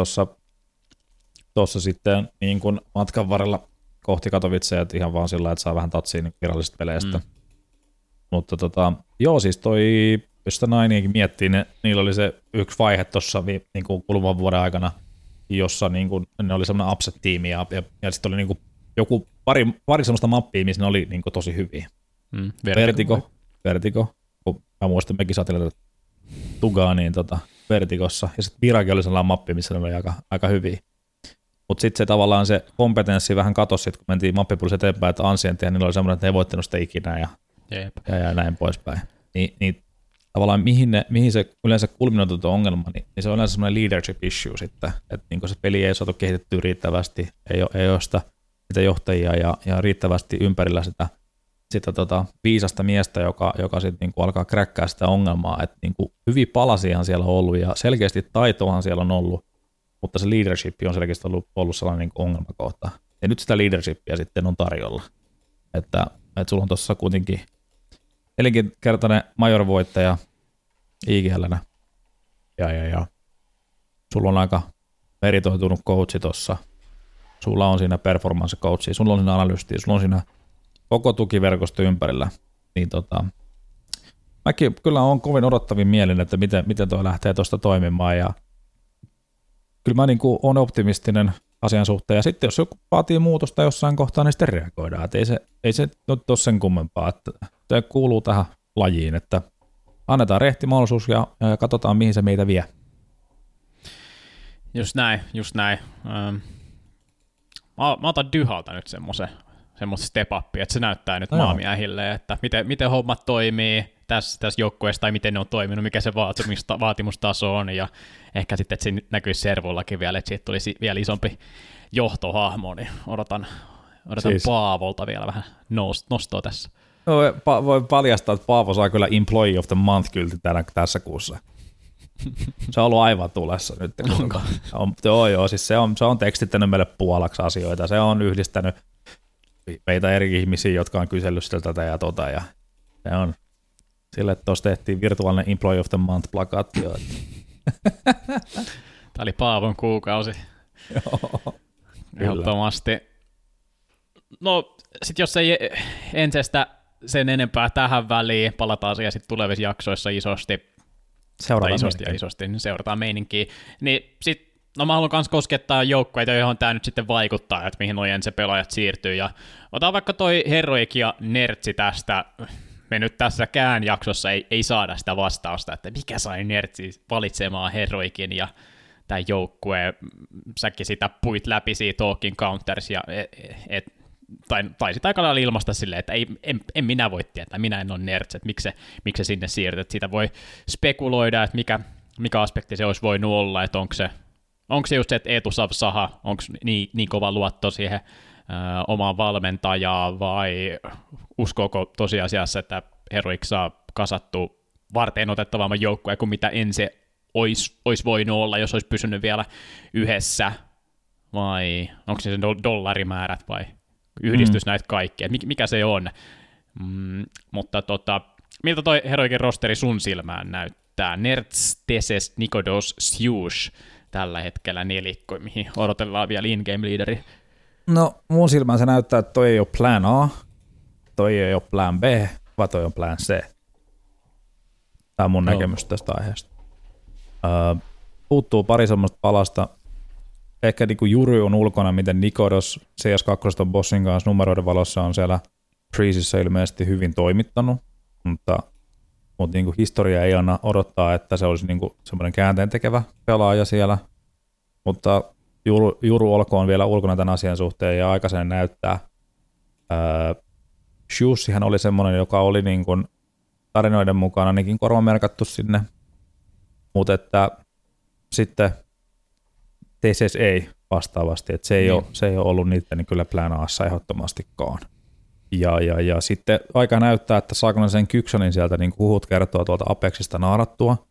tuossa sitten niin kuin matkan varrella kohti Katowicea, että ihan vaan sillä, että saa vähän tatsia niin virallisista peleistä. Mutta joo, siis jos sitä Nineakin miettii, niillä oli se yksi vaihe tuossa niin kuin kuluvan vuoden aikana, jossa niin kuin, ne oli semmoinen upset-tiimi, ja sitten oli niin kuin joku pari semmoista mappia, missä ne oli niin kuin tosi hyviä. Vertigo, kun mä muistan, mekin saatiin Tugaa niin Vertigossa, ja sitten Virage oli sellainen mappi, missä ne oli aika hyviä. Mutta sitten se tavallaan se kompetenssi vähän katosi, kun mentiin mappipulissa eteenpäin, että Ancientia, niillä oli semmoinen, että ne ei voittanut sitä ikinä ja näin poispäin. Niin tavallaan mihin se yleensä kulminoitu tuo ongelma, niin se on yleensä semmoinen leadership issue sitten, että niin se peli ei saatu kehitettyä riittävästi, ei ole sitä johtajia ja riittävästi ympärillä sitä viisasta miestä, joka sitten niinku alkaa kräkkää sitä ongelmaa, että niinku hyviä palasiahan siellä on ollut ja selkeästi taitoahan siellä on ollut, mutta se leadership on selkeästi ollut sellainen niinku ongelmakohta. Ja nyt sitä leadershipia sitten on tarjolla. Että sulla on tuossa kuitenkin nelinkertainen major-voittaja IGL:nä ja sulla on aika meritoitunut coachi tuossa. Sulla on siinä performance coachi, sulla on siinä analysti, sulla on siinä koko tukiverkosto ympärillä, niin mäkin kyllä on kovin odottavin mielin, että miten tuo lähtee tuosta toimimaan, ja kyllä mä niin kuin olen optimistinen asian suhteen, ja sitten jos joku vaatii muutosta jossain kohtaa, niin sitten reagoidaan, että ei se ole sen kummempaa, että se kuuluu tähän lajiin, että annetaan rehti mahdollisuus ja katsotaan, mihin se meitä vie. Just näin. Mä otan Dyhalta nyt semmoista step-upia, että se näyttää nyt maamiehille, että miten hommat toimii tässä joukkueessa tai miten ne on toiminut, mikä se vaatimustaso on, ja ehkä sitten, että se näkyisi servullakin vielä, että siitä tulisi vielä isompi johtohahmo, niin odotan siis Paavolta vielä vähän nostoa tässä. No, voi paljastaa, että Paavo saa kyllä Employee of the Month-kyltin tässä kuussa. Se on ollut aivan tulessa nyt. Joo, siis se on tekstittänyt meille puolaksi asioita, se on yhdistänyt meitä eri ihmisiä, jotka on kysellyt sitä tätä ja ja se on sille, että tuossa tehtiin virtuaalinen Employee of the Month-plakaatti. Tämä oli Paavon kuukausi. Joo, ehdottomasti. No, sitten jos ei ensestä sen enempää tähän väliin, palataan siihen sitten tulevissa jaksoissa isosti, niin seurataan meininkiä. Niin sitten, no mä haluan myös koskettaa joukkueita, johon tämä nyt sitten vaikuttaa, että mihin noin se pelaajat siirtyy. Ja otan vaikka toi Heroic ja Nertsi tästä. Me nyt tässäkään jaksossa ei saada sitä vastausta, että mikä sai Nertsi valitsemaan Heroicin ja tämän joukkueen. Säkin sitä puit läpi siitä Talking Counters ja taisit aika lailla ilmaista silleen, että en minä voi tietää, minä en ole Nertsi, että miksi se sinne siirtyy. Siitä voi spekuloida, että mikä aspekti se olisi voinut olla, että onko se just se, että Eetu Saha, onko niin kova luotto siihen omaan valmentajaan, vai uskooko tosiasiassa, että Heroic saa kasattu varten otettavamman joukkueen kuin mitä Ense olisi voinut olla, jos olisi pysynyt vielä yhdessä, vai onko se dollarimäärät vai yhdistys näitä kaikkia, mikä se on. Mutta miltä toi Heroikin rosteri sun silmään näyttää? Nerds, Teses, Nikodos, Siush tällä hetkellä nelikko, mihin odotellaan vielä in-game-leaderi. No mun silmään se näyttää, että toi ei ole plan A, toi ei ole plan B, vaan toi on plan C. Tämä on mun näkemys tästä aiheesta. Puuttuu pari semmoista palasta. Ehkä niin kuin Juri on ulkona, miten Nikodos CS2 on bossin kanssa numeroiden valossa on siellä Freezessä ilmeisesti hyvin toimittanut, mutta niin kuin historia ei anna odottaa, että se olisi niin kuin semmoinen käänteentekevä pelaaja siellä, mutta Juru olkoon vielä ulkona tämän asian suhteen ja aikaisen näyttää. Shusihan oli semmoinen, joka oli niin kuin tarinoiden mukaan ainakin korvamerkattu sinne, mutta että sitten TCS ei vastaavasti, että se ei ole ollut niiden niin kyllä plan A:ssa ehdottomastikaan. Ja sitten aika näyttää, että saako ne sen Kyksonin sieltä, niin kuin huhut kertoo tuolta Apexista naarattua.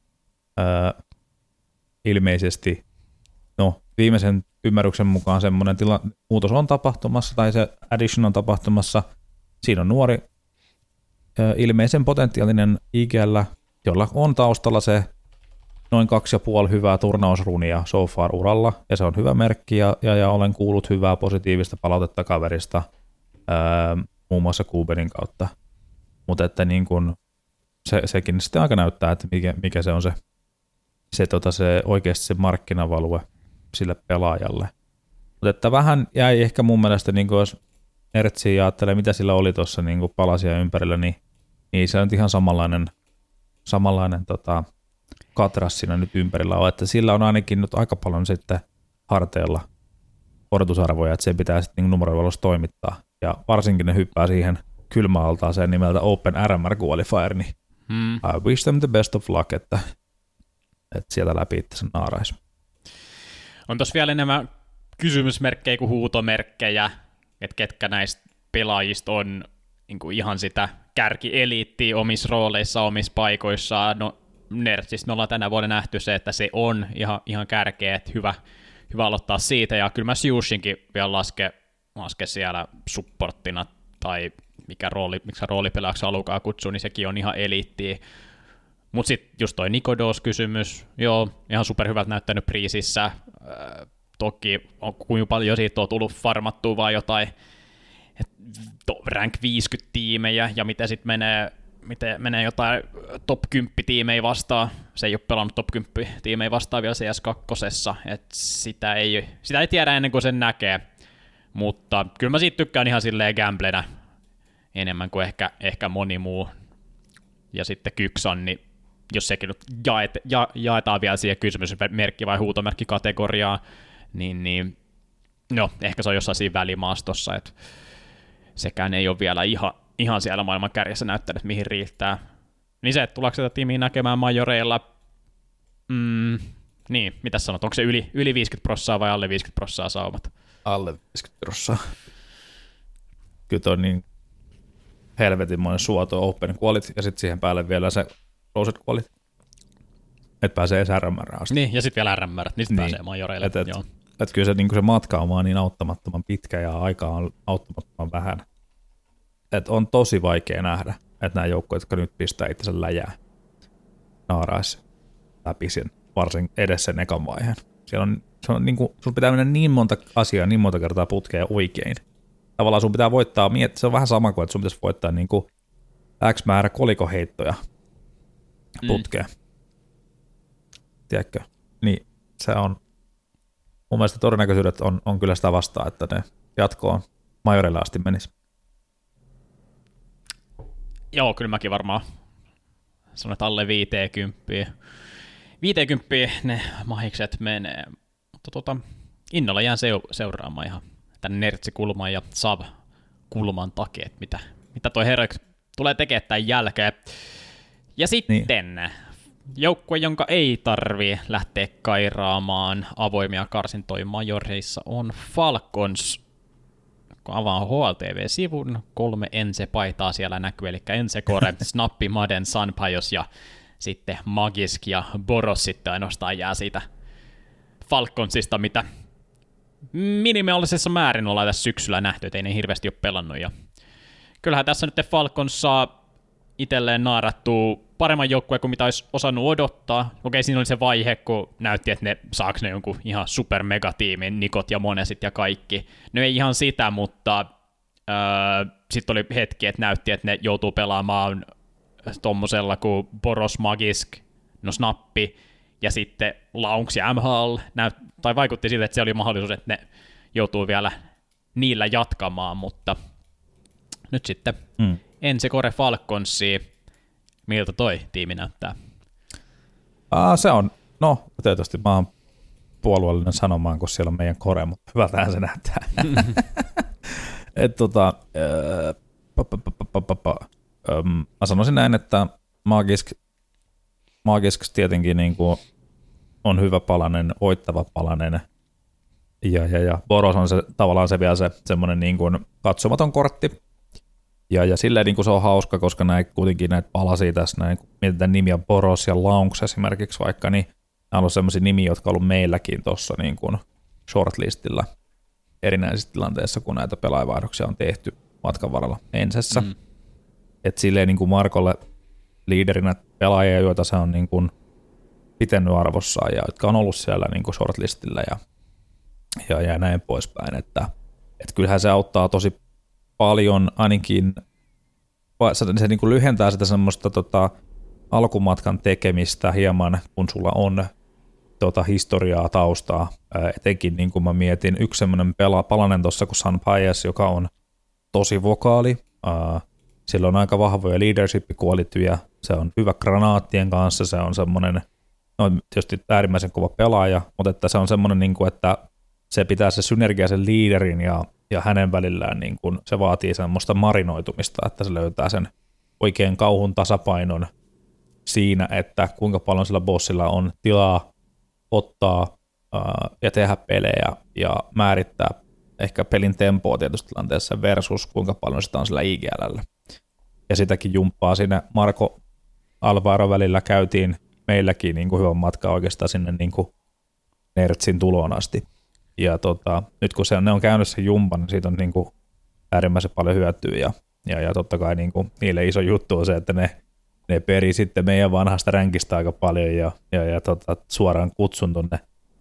Ilmeisesti, viimeisen ymmärryksen mukaan semmoinen muutos on tapahtumassa, tai se addition on tapahtumassa. Siinä on nuori, ilmeisen potentiaalinen IGL, jolla on taustalla se noin 2,5 hyvää turnausrunia so far uralla, ja se on hyvä merkki, ja olen kuullut hyvää positiivista palautetta kaverista, muun muassa Kubenin kautta. Mutta että niin kun sekin sitten aika näyttää, että mikä se on se oikeasti se markkinavalue sille pelaajalle. Mutta että vähän jäi ehkä mun mielestä, niin jos Nertsiä ajattelee, mitä sillä oli tuossa niin palasia ympärillä, niin se on ihan samanlainen katras siinä nyt ympärillä on, että sillä on ainakin nyt aika paljon sitten harteilla odotusarvoja, että se pitää sitten niin numerovalossa toimittaa. Ja varsinkin ne hyppää siihen kylmäaltaaseen nimeltä Open RMR Qualifier, niin I wish them the best of luck, että sieltä läpi itse sen naaraisi. On tossa vielä enemmän kysymysmerkkejä kuin huutomerkkejä, että ketkä näistä pelaajista on niin kuin ihan sitä kärkieliittiä omissa rooleissa, omissa paikoissaan. No Nerdsistä me ollaan tänä vuonna nähty se, että se on ihan kärkeä, että hyvä aloittaa siitä, ja kyllä mä Siushinkin vielä laske siellä supporttina, tai miksi roolipelaajaksi halukaan kutsua, niin sekin on ihan eliittiä. Mutta sitten just toi Nikodos-kysymys, joo, ihan superhyvältä näyttänyt Priisissä. Toki on kuinka paljon siitä on tullut farmattua vai jotain rank 50 tiimejä, ja miten sitten menee jotain top 10 tiimejä vastaan. Se ei ole pelannut top 10 tiimejä vastaan vielä CS2, että sitä ei tiedä ennen kuin sen näkee. Mutta kyllä mä siitä tykkään ihan silleen gamblenä enemmän kuin ehkä moni muu. Ja sitten Kykson, niin jos sekin nyt jaetaan vielä siihen kysymysmerkki vai huutomerkki kategoriaa, niin no, ehkä se on jossain siinä välimaastossa, että sekään ei ole vielä ihan siellä maailman kärjessä näyttänyt, mihin riittää. Niin se, että tuleeko sitä tiimiä näkemään majoreilla, niin, mitä sanot, onko se yli 50% vai alle 50% saumat? Alle 50%. Kyllä toi on niin helvetinmoinen suoto open quality, ja sitten siihen päälle vielä se closed quality. Että pääsee edes RMR asti. Niin, ja sitten vielä RMR, niin sitten pääsee majoreille. Että kyllä se matka on vaan niin auttamattoman pitkä, ja aika on auttamattoman vähän. Että on tosi vaikea nähdä, että nämä joukkueet, jotka nyt pistää itsensä läjää, naaraisi läpi sen varsin edes sen ekan vaiheen. Sun pitää mennä niin monta asiaa, niin monta kertaa putkeen oikein. Tavallaan sun pitää voittaa, se on vähän sama kuin, että sun pitäisi voittaa niin kuin X määrä kolikoheittoja putkeen. Tiedätkö? Niin se on, mun mielestä todennäköisyydet on kyllä sitä vastaan, että ne jatkoon majorille asti menisi. Joo, kyllä mäkin varmaan sanon, että alle 50 ne mahikset menee. Mutta innolla jään seuraamaan ihan tämän Nertsi-kulman ja Sav-kulman takia, että mitä toi Heroic tulee tekemään tämän jälkeen. Ja sitten joukkue, jonka ei tarvii lähteä kairaamaan avoimia karsintoja majoreissa, on Falcons. Kun avaan HLTV-sivun, 3 Ense-paitaa siellä näkyy, eli Ense Core, Snappi, Maden, Sunpajos ja sitten Magisk ja Boros sitten ainoastaan jää siitä Falconsista, mitä minimaalisessa määrin ollaan tässä syksyllä nähty, että ei ne hirveästi ole pelannut. Ja kyllähän tässä nyt Falcons saa itselleen naarattua paremman joukkueen kuin mitä olisi osannut odottaa. Okei, siinä oli se vaihe, kun näytti, että ne saaks ne jonkun ihan super megatiimin, Nikot ja Monesit ja kaikki. No ei ihan sitä, mutta sitten oli hetki, että näytti, että ne joutuu pelaamaan tommosella kuin Boros, Magisk, no Snappi, ja sitten Launks ja MHL, tai vaikutti siltä, että se oli mahdollisuus, että ne joutuu vielä niillä jatkamaan, mutta nyt sitten ensi Kore Falconsia, miltä toi tiimi näyttää? Se on, no tietysti mä oon puolueellinen sanomaan, kun siellä on meidän Kore, mutta hyvältähän se näyttää. Mä sanoisin näin, että Magisk tietenkin niin kuin on hyvä palanen, voittava palanen, ja Boros on se, tavallaan se vielä se semmoinen niin kuin katsomaton kortti, ja silleen niin kuin se on hauska, koska kuitenkin näitä palasia tässä, näin, kun mietitään nimiä Boros ja Launch esimerkiksi vaikka, niin nämä on sellaisia nimiä, jotka on ollut meilläkin tuossa niin kuin shortlistilla erinäisissä tilanteissa, kun näitä pelaajavaihdoksia on tehty matkan varrella ensessä. Että silleen niin kuin Markolle liiderinä pelaajia, joita se on niin kuin pitänyt arvossaan ja jotka on ollut siellä niin kuin shortlistilla ja näin poispäin. Että kyllähän se auttaa tosi paljon, ainakin se niin kuin lyhentää sitä semmoista alkumatkan tekemistä hieman, kun sulla on historiaa taustaa. Etenkin niin kuin mä mietin, yksi semmoinen palanen tuossa kuin San Paes, joka on tosi vokaali. Sillä on aika vahvoja leadership-kuolityjä, se on hyvä granaattien kanssa, se on semmoinen, no tietysti äärimmäisen kova pelaaja, mutta että se on semmoinen, niin kuin, että se pitää se synergia sen liiderin ja hänen välillään, niin kuin, se vaatii semmoista marinoitumista, että se löytää sen oikein kauhun tasapainon siinä, että kuinka paljon sillä bossilla on tilaa ottaa ja tehdä pelejä ja määrittää ehkä pelin tempoa tietysti tilanteessa versus kuinka paljon sitä on sillä IGL:llä. Ja sitäkin jumppaa siinä Marko Alvaro välillä käytiin meilläkin niin kuin hyvän matka oikeastaan sinne niin kuin Nertsin tuloon asti. Ja nyt kun ne on käynyt sen jumpan, niin siitä on niin kuin äärimmäisen paljon hyötyä. Ja totta kai niin kuin niille iso juttu on se, että ne perii sitten meidän vanhasta ränkistä aika paljon ja suoraan kutsun tuonne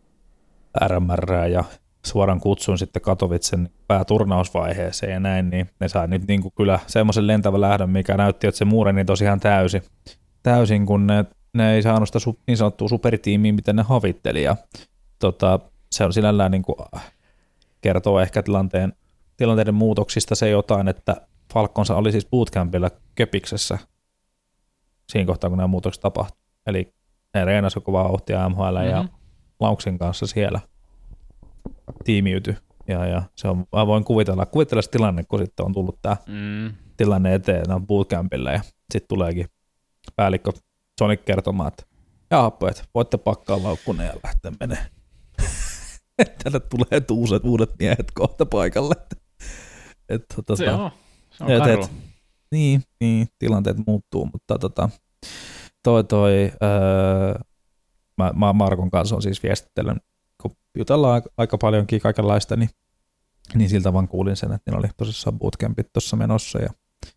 RMRään ja suoraan kutsun sitten Katowicen pääturnausvaiheeseen ja näin, niin ne sai nyt niin kuin kyllä semmoisen lentävän lähdön, mikä näytti, että se muureni tosiaan täysin, kun ne ei saanut sitä niin sanottua supertiimiä, mitä ne havitteli, ja se on sinällään niin kuin kertoo ehkä tilanteiden muutoksista se jotain, että Falconsa oli siis bootcampilla Köpiksessä siinä kohtaa, kun nämä muutokset tapahtui, eli ne reenasi kovaa vauhtia MHL ja Launksin kanssa siellä tiimiyty, ja se on, mä voin kuvitella se tilanne, kun sitten on tullut tämä tilanne eteen, on bootcampilla, ja sitten tuleekin päällikkö Sonic kertomaan, että jaapojat, voitte pakkaa laukkuneen ja lähteä menee. Tänne tulee uudet miehet kohta paikalle. Se on karu. Niin, tilanteet muuttuu, mutta mä Markon kanssa on siis viestittelen, kun jutellaan aika paljonkin kaikenlaista, niin siltä vaan kuulin sen, että niillä oli tosissaan bootcampit tuossa menossa, ja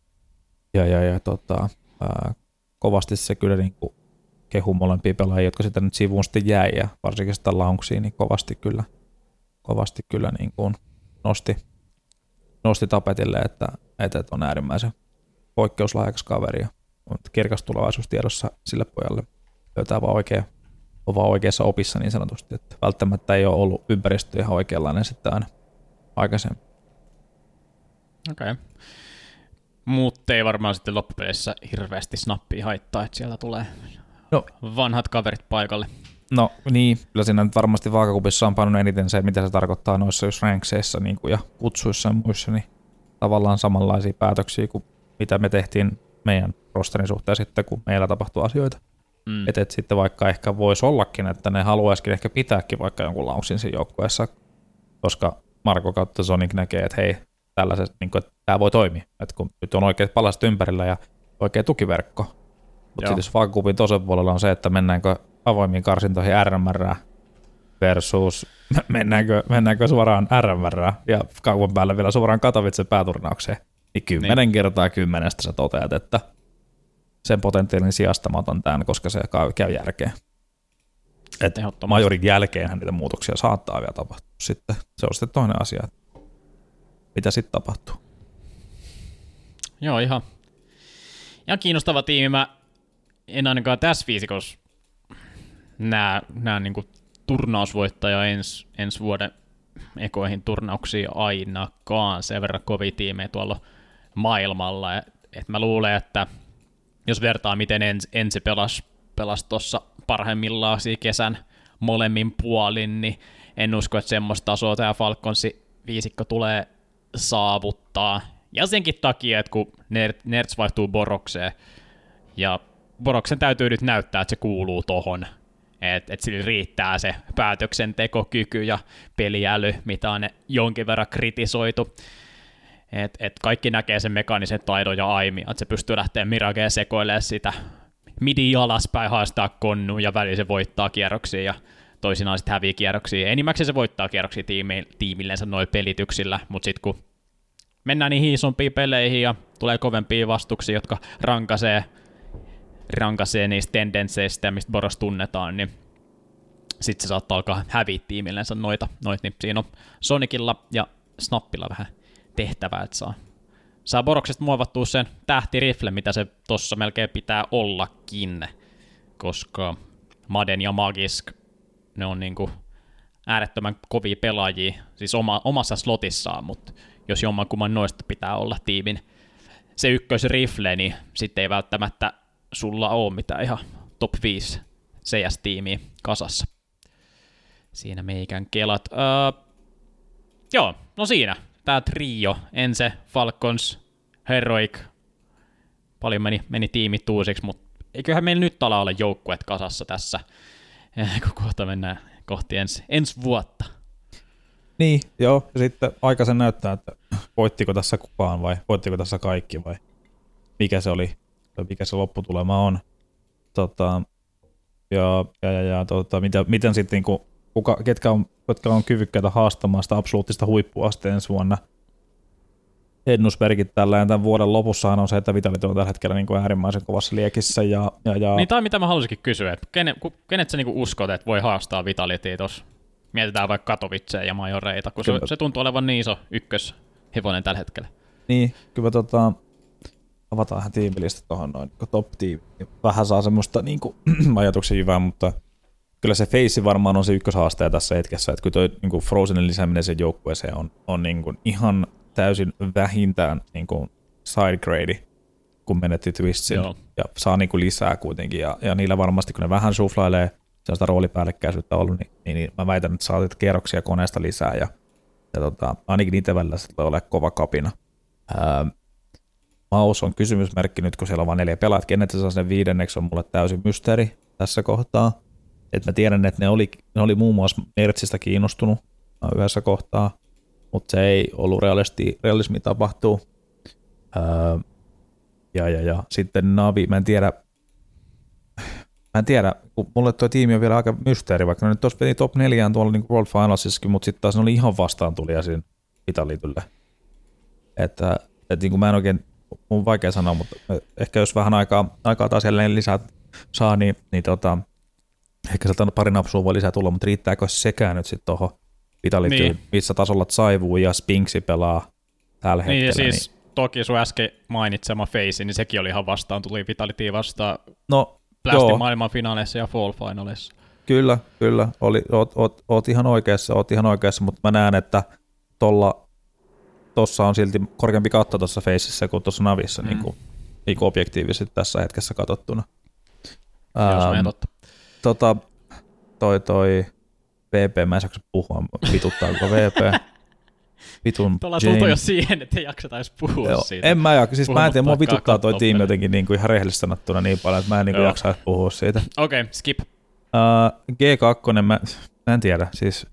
kovasti se kyllä niin kuin kehu molempia pelaajia, jotka sitä nyt sivuun sitten jäi, ja varsinkin sitä Launksiin, niin kovasti kyllä niin kuin nosti tapetille, että on äärimmäisen poikkeuslahjakas kaveri, ja on kirkas tulevaisuus tiedossa sille pojalle, löytää on vaan oikeassa opissa niin sanotusti, että välttämättä ei ole ollut ympäristö ihan oikeanlainen sitten aina aikaisemmin. Okei. Mutta ei varmaan sitten loppupeleissä hirveästi snappia haittaa, että sieltä tulee vanhat kaverit paikalle. No niin, kyllä siinä nyt varmasti vaakakupissa on pannut eniten se, mitä se tarkoittaa noissa just rankseissa niin kuin, ja kutsuissa ja muissa, niin tavallaan samanlaisia päätöksiä kuin mitä me tehtiin meidän rosterin suhteen sitten, kun meillä tapahtui asioita. Että sitten vaikka ehkä voisi ollakin, että ne haluaisikin ehkä pitääkin vaikka jonkun Launchin siinä joukkueessa, koska Marko kautta Sonic näkee, että hei, tällaiset, niin kuin, että tämä voi toimia, että kun nyt on oikeat palaset ympärillä ja oikea tukiverkko, Mutta sitten jos vaakakupin toisen puolella on se, että mennäänkö avoimiin karsintoihin RMR versus mennäänkö suoraan RMR ja kaupan päälle vielä suoraan Katowicen pääturnaukseen, niin 10 kertaa 10 sä toteat, että sen potentiaalinen sijasta mä otan tämän, koska se käy järkeen. Että majorin jälkeenhän niitä muutoksia saattaa vielä tapahtua sitten. Se on sitten toinen asia, mitä sitten tapahtuu. Joo, ihan kiinnostava tiimi. Mä en ainakaan tässä fiisikossa näe niinku turnausvoittaja ensi vuoden ekoihin turnauksiin ainakaan. Sen verran kovia tiimejä tuolla maailmalla. Et mä luulen, että jos vertaa miten Ensi pelasi tuossa parhaimmillaan kesän molemmin puolin, niin en usko, että semmoista tasoa tämä Falconsin viisikko tulee saavuttaa. Ja senkin takia, että kun Nerds vaihtuu Borokseen, ja Boroksen täytyy nyt näyttää, että se kuuluu tohon, että sillä riittää se päätöksentekokyky ja peliäly, mitä on jonkin verran kritisoitu. Et kaikki näkee sen mekaanisen taidon ja aimia, että se pystyy lähteä Mirageen sekoilemaan sitä midi alaspäin, haastaa konnuun ja välillä se voittaa kierroksia ja toisinaan sitten hävii kierroksia. Enimmäkseen se voittaa kierroksia tiimillensä noilla pelityksillä, mutta sitten kun mennään niihin isompiin peleihin ja tulee kovempia vastuksia, jotka rankasee niistä tendensseistä, mistä Boros tunnetaan, niin sitten se saattaa alkaa häviä tiimillensä noita, niin siinä on Sonicilla ja Snappilla vähän tehtävää, että saa Boroksesta muovattua sen tähtirifle, mitä se tossa melkein pitää ollakin, koska Maden ja Magisk, ne on niinku äärettömän kovia pelaajia, siis omassa slotissaan, mutta jos jommankumman noista pitää olla tiimin se ykkösrifle, niin sitten ei välttämättä sulla ole mitään ihan top 5 CS-tiimiä kasassa. Siinä meikän kelat. Joo, no siinä. Tää trio, Ense, Falcons, Heroic, paljon meni tiimit uusiksi, mutta eiköhän meillä nyt ala olla joukkueet kasassa tässä, kun kohta mennään kohti ensi vuotta. Niin, joo, ja sitten aika sen näyttää, että voittiko tässä kukaan vai voittiko tässä kaikki vai mikä se oli, tai mikä se lopputulema on. Miten sitten, ketkä on kyvykkäitä haastamaan sitä absoluuttista huippuasteen ensi vuonna. Ennusmerkit tämän vuoden lopussahan on se, että Vitality on tällä hetkellä niin kuin äärimmäisen kovassa liekissä. Niin tämä on mitä mä haluaisinkin kysyä, että kenet sä niin kuin uskot, että voi haastaa Vitalitya tuossa? Mietitään vaikka Katowicea ja Majoreita, kun se tuntuu olevan niin iso ykköshevonen tällä hetkellä. Niin, kyllä avataan ihan tiimilistä tuohon noin top-tiimi. Vähän saa semmoista niin kuin, ajatuksen jyvää, mutta kyllä se Face varmaan on se ykköshaastaja tässä hetkessä, että kyllä tuo niin Frozenin lisääminen sen joukkueeseen on niin kuin ihan täysin vähintään niin kuin side grade, kun menetti Twistin ja saa niin kuin lisää kuitenkin. Ja niillä varmasti, kun ne vähän suflailee, sellaista roolipäällekkäisyyttä ollut, niin mä väitän, että saatit kierroksia koneesta lisää ja ainakin niitä välillä se tulee olemaan kova kapina. Maus on kysymysmerkki nyt, kun siellä on vain 4 pelaajat. Kenet se saa sen 5. on mulle täysin mysteeri tässä kohtaa. Et mä tiedän, että ne oli muun muassa Nertsistä kiinnostunut yhdessä kohtaa, mutta se ei ollut realismi tapahtuu. Ja sitten Navi, mä en tiedä, kun mulle tuo tiimi on vielä aika mysteeri, vaikka ne nyt tuossa peli top 4 tuolla niin World Finalsissakin, mutta sitten taas ne oli ihan vastaan tulija siinä Vitalitylle. Että niin kuin mä en oikein, mun on vaikea sanoa, mutta ehkä jos vähän aikaa taas jälleen lisää saa, niin ehkä sieltä pari napsua voi lisää tulla, mutta riittääkö sekään nyt sitten tuohon Vitalityyn, niin, missä tasolla Saivuu ja Spinksi pelaa tällä hetkellä. Niin, siis toki sun äsken mainitsema Face, niin sekin oli ihan vastaan, tuli Vitalityyn vastaan Blastin maailman finaaleissa ja Fall Finaleissa. Kyllä, oot ihan oikeassa, mutta mä näen, että tossa on silti korkeampi katto tuossa Facessa kuin tuossa Navissa, niin kuin objektiivisesti tässä hetkessä katsottuna. Totta. Toi VP, mä en jaksa puhua, vituttaako VP? Tuolla tultu jo siihen, että ei jakseta edes puhua siitä. En mä jaksa, siis mä en tiedä, mua vituttaa toi tiimi jotenkin niin kuin ihan rehellisesti sanottuna niin paljon, että mä en niin kuin jaksa puhua siitä. Okei, skip. G2, mä en tiedä, siis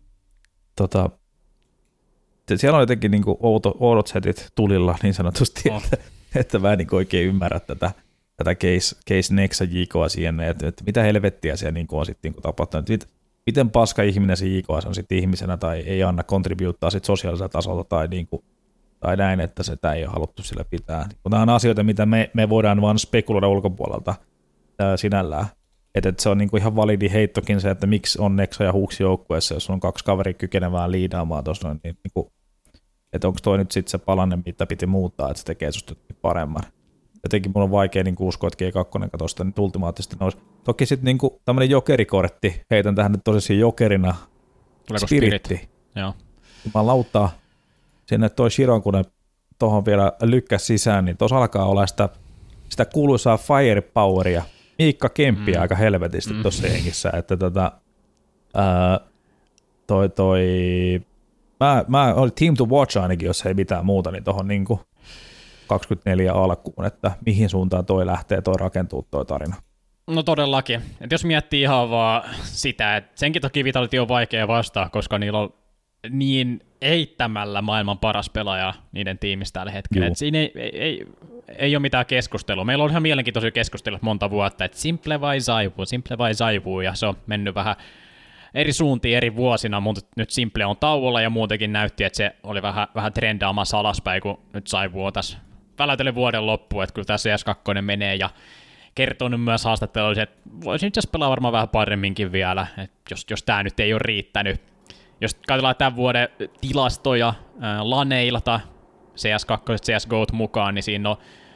siellä on jotenkin niin kuin oudot setit tulilla niin sanotusti, että mä en niin oikein ymmärrä tätä tätä case Nexa JKa siihen, että mitä helvettiä siellä niin on sitten niin tapahtunut, miten paska ihminen se JKS on sitten ihmisenä tai ei anna kontribuuttaa sitten sosiaalisella tasolla tai, niin kuin, tai näin, että sitä ei ole haluttu sillä pitää. Nämä on asioita, mitä me voidaan vaan spekuloida ulkopuolelta sinällään. Että se on niin kuin ihan validi heittokin se, että miksi on Nexa ja Hux joukkueessa, jos on 2 kaveria kykenevää liidaamaan tuossa, niin kuin, että onko toi nyt sitten se palanen, mitä piti muuttaa, että se tekee susta paremman. Jotenkin mun on vaikea niin uskoa, että G2 katosta nyt ultimaattisesti nousi. Toki sitten niin tämmöinen jokerikortti, heitän tähän nyt tosissaan jokerina. Tuleeko Spiritti. Joo. Jumalauta, sinne toi Shiron, kun ne tuohon vielä lykkäs sisään, niin tuossa alkaa olla sitä kuuluisaa firepoweria. Miikka Kemppiä aika helvetisti tuossa jengissä, että mä olin team to watch ainakin, jos ei mitään muuta, niin tuohon niin 24 alkuun, että mihin suuntaan toi lähtee, toi rakentuu toi tarina. No todellakin. Et jos miettii ihan vaan sitä, että senkin takia Vitality on vaikea vastaa, koska niillä on niin eittämällä maailman paras pelaaja niiden tiimistä tällä hetkellä. Et siinä ei ole mitään keskustelua. Meillä on ihan mielenkiintoisia keskusteluja monta vuotta, että Simple vai Zaivu, ja se on mennyt vähän eri suuntiin eri vuosina, mutta nyt Simple on tauolla ja muutenkin näytti, että se oli vähän trendaamassa alaspäin, kun nyt Zaivu on tässä väläytellen vuoden loppuun, että kyllä tässä CS2 menee ja kertonut myös haastatteluissa, että voisi nyt pelaa varmaan vähän paremminkin vielä, että jos tämä nyt ei ole riittänyt. Jos katsotaan tämän vuoden tilastoja laneilta CS2 CSGOt mukaan, niin siinä on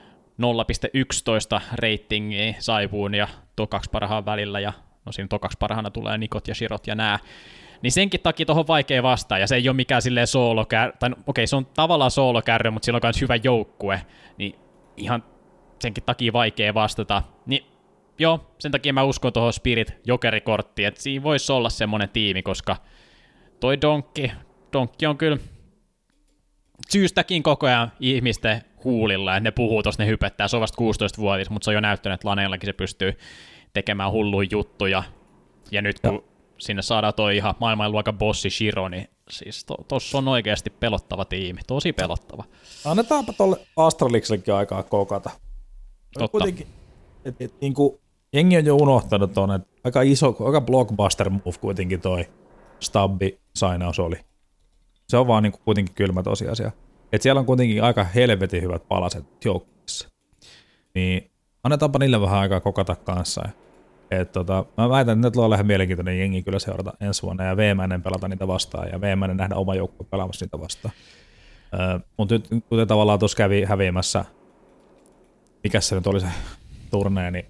0,11 ratingia Zaivuun ja tokaksi parhaan välillä, ja no siinä tokaksi parhaana tulee Nikot ja Shirot ja nää. Niin senkin takia tuohon vaikea vastaa, ja se ei ole mikään silleen soolokärry, tai okei, se on tavallaan soolokärry, mutta sillä on myös hyvä joukkue, niin ihan senkin takia vaikea vastata. Niin joo, sen takia mä uskon tuohon Spirit-jokerikorttiin, että siinä voisi olla semmoinen tiimi, koska toi Donkki on kyllä syystäkin koko ajan ihmisten huulilla, että ne puhuu tuossa, ne hypettää, se on vasta 16-vuotias, mutta se on jo näyttänyt, että laneillakin se pystyy tekemään hulluja juttuja, ja nyt kun sinne saadaan toi ihan maailmanluokan bossi Shiro, niin siis tossa on oikeasti pelottava tiimi, tosi pelottava. Annetaanpa tuolle Astraliksellekin aikaa kokata. Totta. Kuitenkin, niin kuin, jengi on jo unohtanut tuonne, että aika blockbuster move kuitenkin toi Stabbi-sainaus oli. Se on vaan niin kuin, kuitenkin kylmä tosiasia. Että siellä on kuitenkin aika helvetin hyvät palaset joukkueessa. Niin annetaanpa niille vähän aikaa kokata kanssa. Mä väitän, että ne tulee olemaan mielenkiintoinen jengi kyllä seurata ensi vuonna ja VM:nen pelata niitä vastaan ja VM:nen nähdä oma joukkue pelaamassa niitä vastaan. Mutta nyt kuten tavallaan tuossa kävi häviämässä, mikä se nyt oli se turnee, niin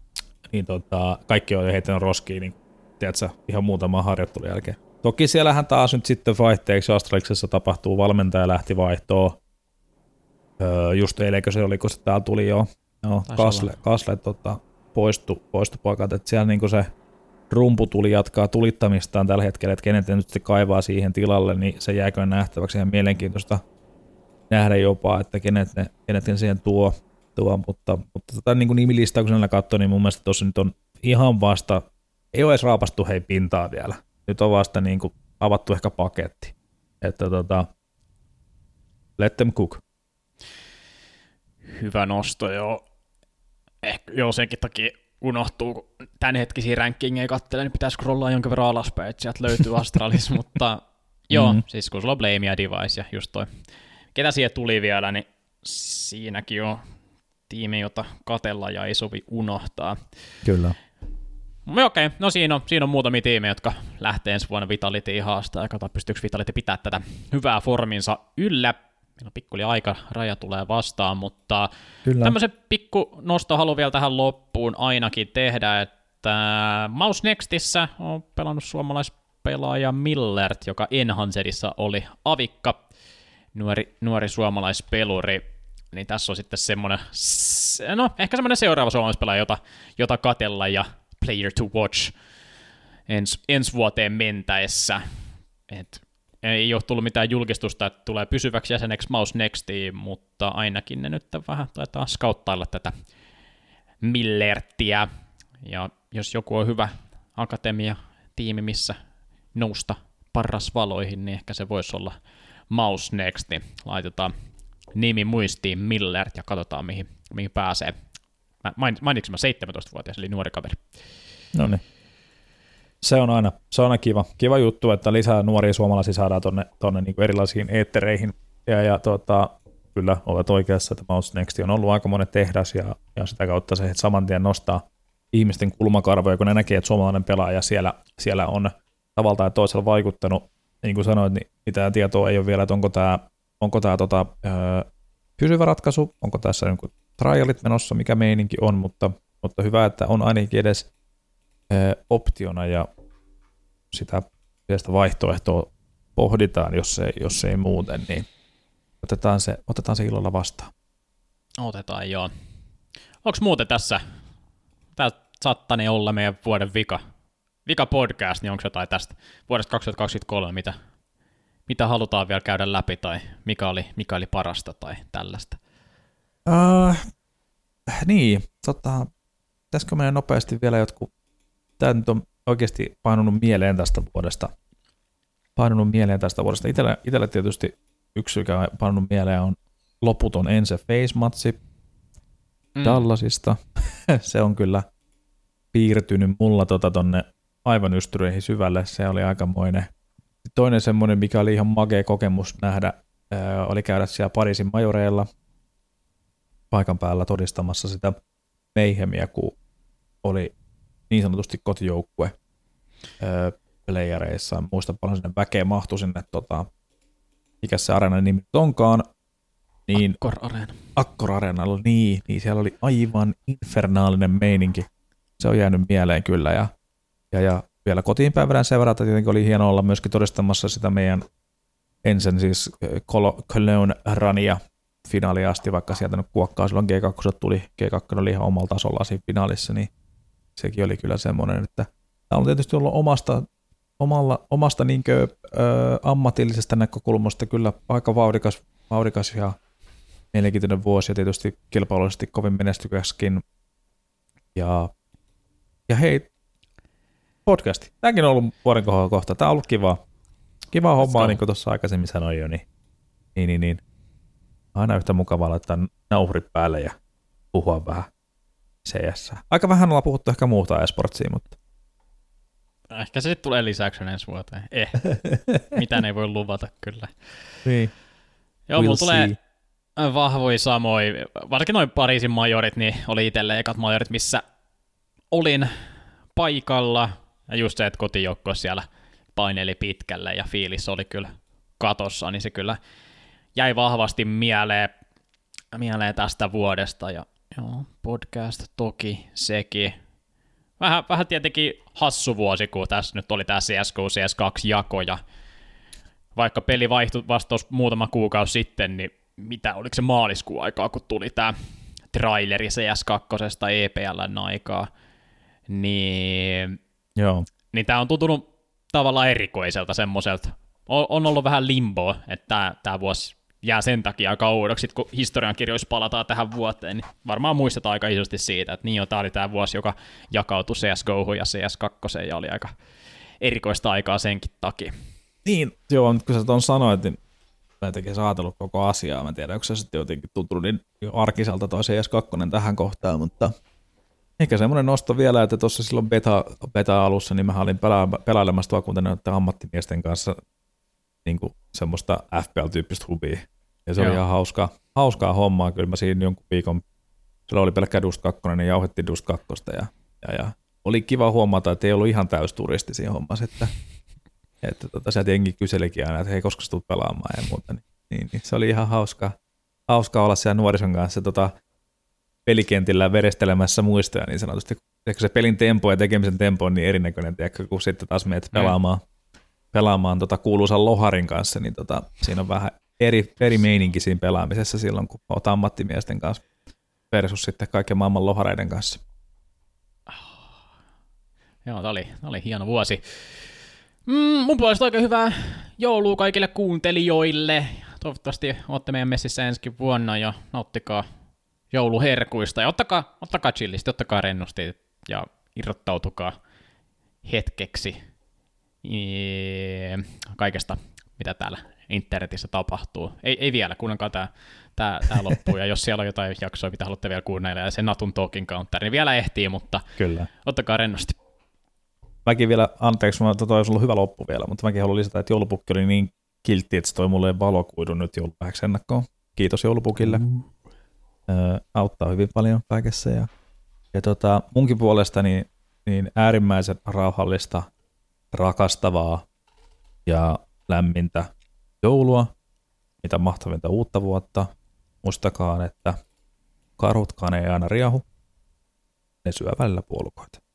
kaikki on jo heittänyt roskiin, niin tiedätkö, ihan muutaman harjoittelun jälkeen. Toki siellähän taas nyt sitten vaihteeksi Astraliksessa tapahtuu, valmentaja lähti vaihtoon. Just eilenkö se oli, kun se täällä tuli jo. No, Kasle poistui paikat, että siellä niinku se rumpu tuli jatkaa tulittamistaan tällä hetkellä, että kenet nyt sitten kaivaa siihen tilalle, niin se jääkö nähtäväksi ihan mielenkiintoista nähdä jopa, että kenet ne siihen tuo mutta tätä niin nimilistaa, kun sen katsoo, niin mun mielestä tuossa nyt on ihan vasta, ei ole edes raapastu pintaa vielä, nyt on vasta niin kuin avattu ehkä paketti, että let them cook. Hyvä nosto, joo. Joo, senkin takia unohtuu, kun tämänhetkisiä rankingeja katselee, niin pitää scrollaa jonkin verran alaspäin, että sieltä löytyy Astralis, mutta joo, siis kun sulla on Blame ja Device ja just toi, ketä siihen tuli vielä, niin siinäkin on tiimi, jota katella ja ei sovi unohtaa. Kyllä. Okei, no siinä on muutamia tiimejä, jotka lähtee ensi vuonna Vitalityin haastaa, ja katsotaan, pystyykö Vitality pitää tätä hyvää forminsa yllä. Meillä pikkuinen aikaraja tulee vastaan, mutta kyllä. Tämmöisen pikku nosto haluan vielä tähän loppuun ainakin tehdä, että Mouse Nextissä on pelannut suomalaispelaaja Millert, joka Enhancerissa oli avikka, nuori suomalaispeluri, niin tässä on sitten semmoinen, no ehkä semmoinen seuraava suomalaispelaaja, jota katella ja player to watch ensi vuoteen mentäessä, ei ole tullut mitään julkistusta, että tulee pysyväksi jäseneksi Mouse Nextiin, mutta ainakin ne nyt vähän taitaa skauttailla tätä Millertiä. Ja jos joku on hyvä akatemia-tiimi, missä nousta parrasvaloihin, niin ehkä se voisi olla Mouse Next. Laitetaan nimi muistiin Millert ja katsotaan, mihin pääsee. Mainitsin mä 17-vuotias, eli nuori kaveri. No niin. Se on aina kiva juttu, että lisää nuoria suomalaisia saadaan tonne niin kuin erilaisiin eettereihin. Ja kyllä olet oikeassa, että Mouse Next on ollut aika monen tehdas ja sitä kautta se saman tien nostaa ihmisten kulmakarvoja, kun ne näkee, että suomalainen pelaaja siellä on tavalla tai toisella vaikuttanut. Niin kuin sanoit, niin mitään tietoa ei ole vielä, että onko tämä pysyvä ratkaisu, onko tässä jonkun trialit menossa, mikä meininki on, mutta hyvä, että on ainakin edes optiona ja sitä vaihtoehtoa pohditaan, jos ei muuten, niin otetaan se ilolla vastaan. Otetaan, joo. Onko muuten tässä, tämä saattanee olla meidän vuoden vika podcast, niin onko jotain tästä vuodesta 2023, mitä halutaan vielä käydä läpi, tai mikä oli parasta, tai tällaista? Niin, pitäisikö meidän nopeasti vielä jotkut, tämä nyt on oikeasti painunut mieleen tästä vuodesta. Itsellä tietysti yksi, mikä on painunut mieleen, on loputon Ense Face-matsi Dallasista. Se on kyllä piirtynyt mulla tonne aivan ystyreihin syvälle. Se oli aikamoinen. Toinen semmoinen, mikä oli ihan magea kokemus nähdä, oli käydä siellä Pariisin majoreilla paikan päällä todistamassa sitä meihemiä, kun oli niin sanotusti kotijoukkue playereissa. En muista paljon sinne väkeä mahtui sinne, mikä se areenan nimi onkaan. Niin, Accor Areenalla, niin siellä oli aivan infernaalinen meininki. Se on jäänyt mieleen kyllä. Ja vielä kotiin päivänä sen verran, että tietenkin oli hienoa olla myöskin todistamassa sitä meidän ensin siis Cologne Runia finaalia asti, vaikka sieltä nyt kuokkaa silloin G2 tuli. G2 oli ihan omalla tasolla siinä finaalissa, niin sekin oli kyllä semmoinen, että tämä on tietysti ollut omasta ammatillisesta näkökulmasta kyllä aika vauhdikas ja mielenkiintoinen vuosi ja tietysti kilpailullisesti kovin menestykäskin. Ja hei, podcasti. Tämäkin on ollut vuoden kohta. Tämä on ollut kivaa hommaa, niin kuin tuossa aikaisemmin sanoin jo. Niin. Aina yhtä mukavaa laittaa nauhurit päälle ja puhua vähän CS. Aika vähän ollaan puhuttu ehkä muuta esportsia, mutta ehkä se sitten tulee lisäyksenä ensi vuoteen. Mitään ei voi luvata kyllä. Niin. Joo, mulla tulee vahvoja samoja. Varsinkin noin Pariisin majorit, niin oli itselle ekat majorit, missä olin paikalla. Ja just se, että kotijoukko siellä paineli pitkälle ja fiilis oli kyllä katossa, niin se kyllä jäi vahvasti mieleen tästä vuodesta. Ja joo, podcast toki sekin. Vähän tietenkin hassu vuosi, kun tässä nyt oli tämä CSGO, CS2-jako, ja vaikka peli vaihtui vastaus muutama kuukausi sitten, niin oliko se maaliskuun aikaa, kun tuli tämä traileri CS2 EPL:n aikaa, niin tämä on tuntunut tavallaan erikoiselta semmoiselta. On ollut vähän limboa, että tämä vuosi jää sen takia aika oudoksi, kun historiankirjoissa palataan tähän vuoteen, niin varmaan muistetaan aika isosti siitä, että tämä oli tämä vuosi, joka jakautui CSGO:hun ja CS2, ja oli aika erikoista aikaa senkin takia. Niin, joo, nyt kun sä tuon sanoit, niin mä jotenkin saatellut koko asiaa, mä en tiedä, onko se sitten jotenkin tuntunut niin arkiselta toi CS2 tähän kohtaan, mutta ehkä semmoinen nosto vielä, että tuossa silloin beta-alussa, niin mä olin pelailemassa tuolla ammattimiesten kanssa niin kuin semmoista FPL-tyyppistä hubia. Ja se oli ihan hauskaa hommaa. Kyllä mä siinä jonkun viikon, sillä oli pelkkä Dust 2, niin jauhettiin Dust 2. Ja oli kiva huomata, että ei ollut ihan täysturisti siinä hommassa. Että sieltä jengi kyselikin aina, että hei, koska sä tulet pelaamaan ja muuta. Niin, se oli ihan hauskaa olla siellä nuorison kanssa pelikentillä verestelemässä muistoja niin sanotusti. Eikö se pelin tempo ja tekemisen tempo on niin erinäköinen, kun sitten taas menet pelaamaan kuuluisan loharin kanssa, niin siinä on vähän eri meininki siinä pelaamisessa silloin, kun olet ammattimiesten kanssa versus sitten kaiken maailman lohareiden kanssa. Joo, tämä oli hieno vuosi. Mun puolesta oikein hyvää joulua kaikille kuuntelijoille. Toivottavasti olette meidän messissä ensi vuonna ja nauttikaa jouluherkuista. Ja ottakaa chillisti, ottakaa rennosti ja irrottautukaa hetkeksi kaikesta, mitä täällä internetissä tapahtuu. Ei vielä, kuunnelkaa tämä loppuu, ja jos siellä on jotain jaksoa, mitä haluatte vielä kuunnella, ja se Natun Talking Counter, niin vielä ehtii, mutta Kyllä. ottakaa rennosti. Mäkin vielä, anteeksi, toi olisi ollut hyvä loppu vielä, mutta mäkin haluan lisätä, että joulupukki oli niin kiltti, että se toi mulle valokuidun nyt joulupäiväksi ennakkoon. Kiitos joulupukille. Auttaa hyvin paljon kaikessa. Ja munkin puolesta niin äärimmäisen rauhallista, rakastavaa ja lämmintä joulua, mitä mahtavinta uutta vuotta. Muistakaa, että karhutkaan ei aina riahu, ne syö välillä puolukoita.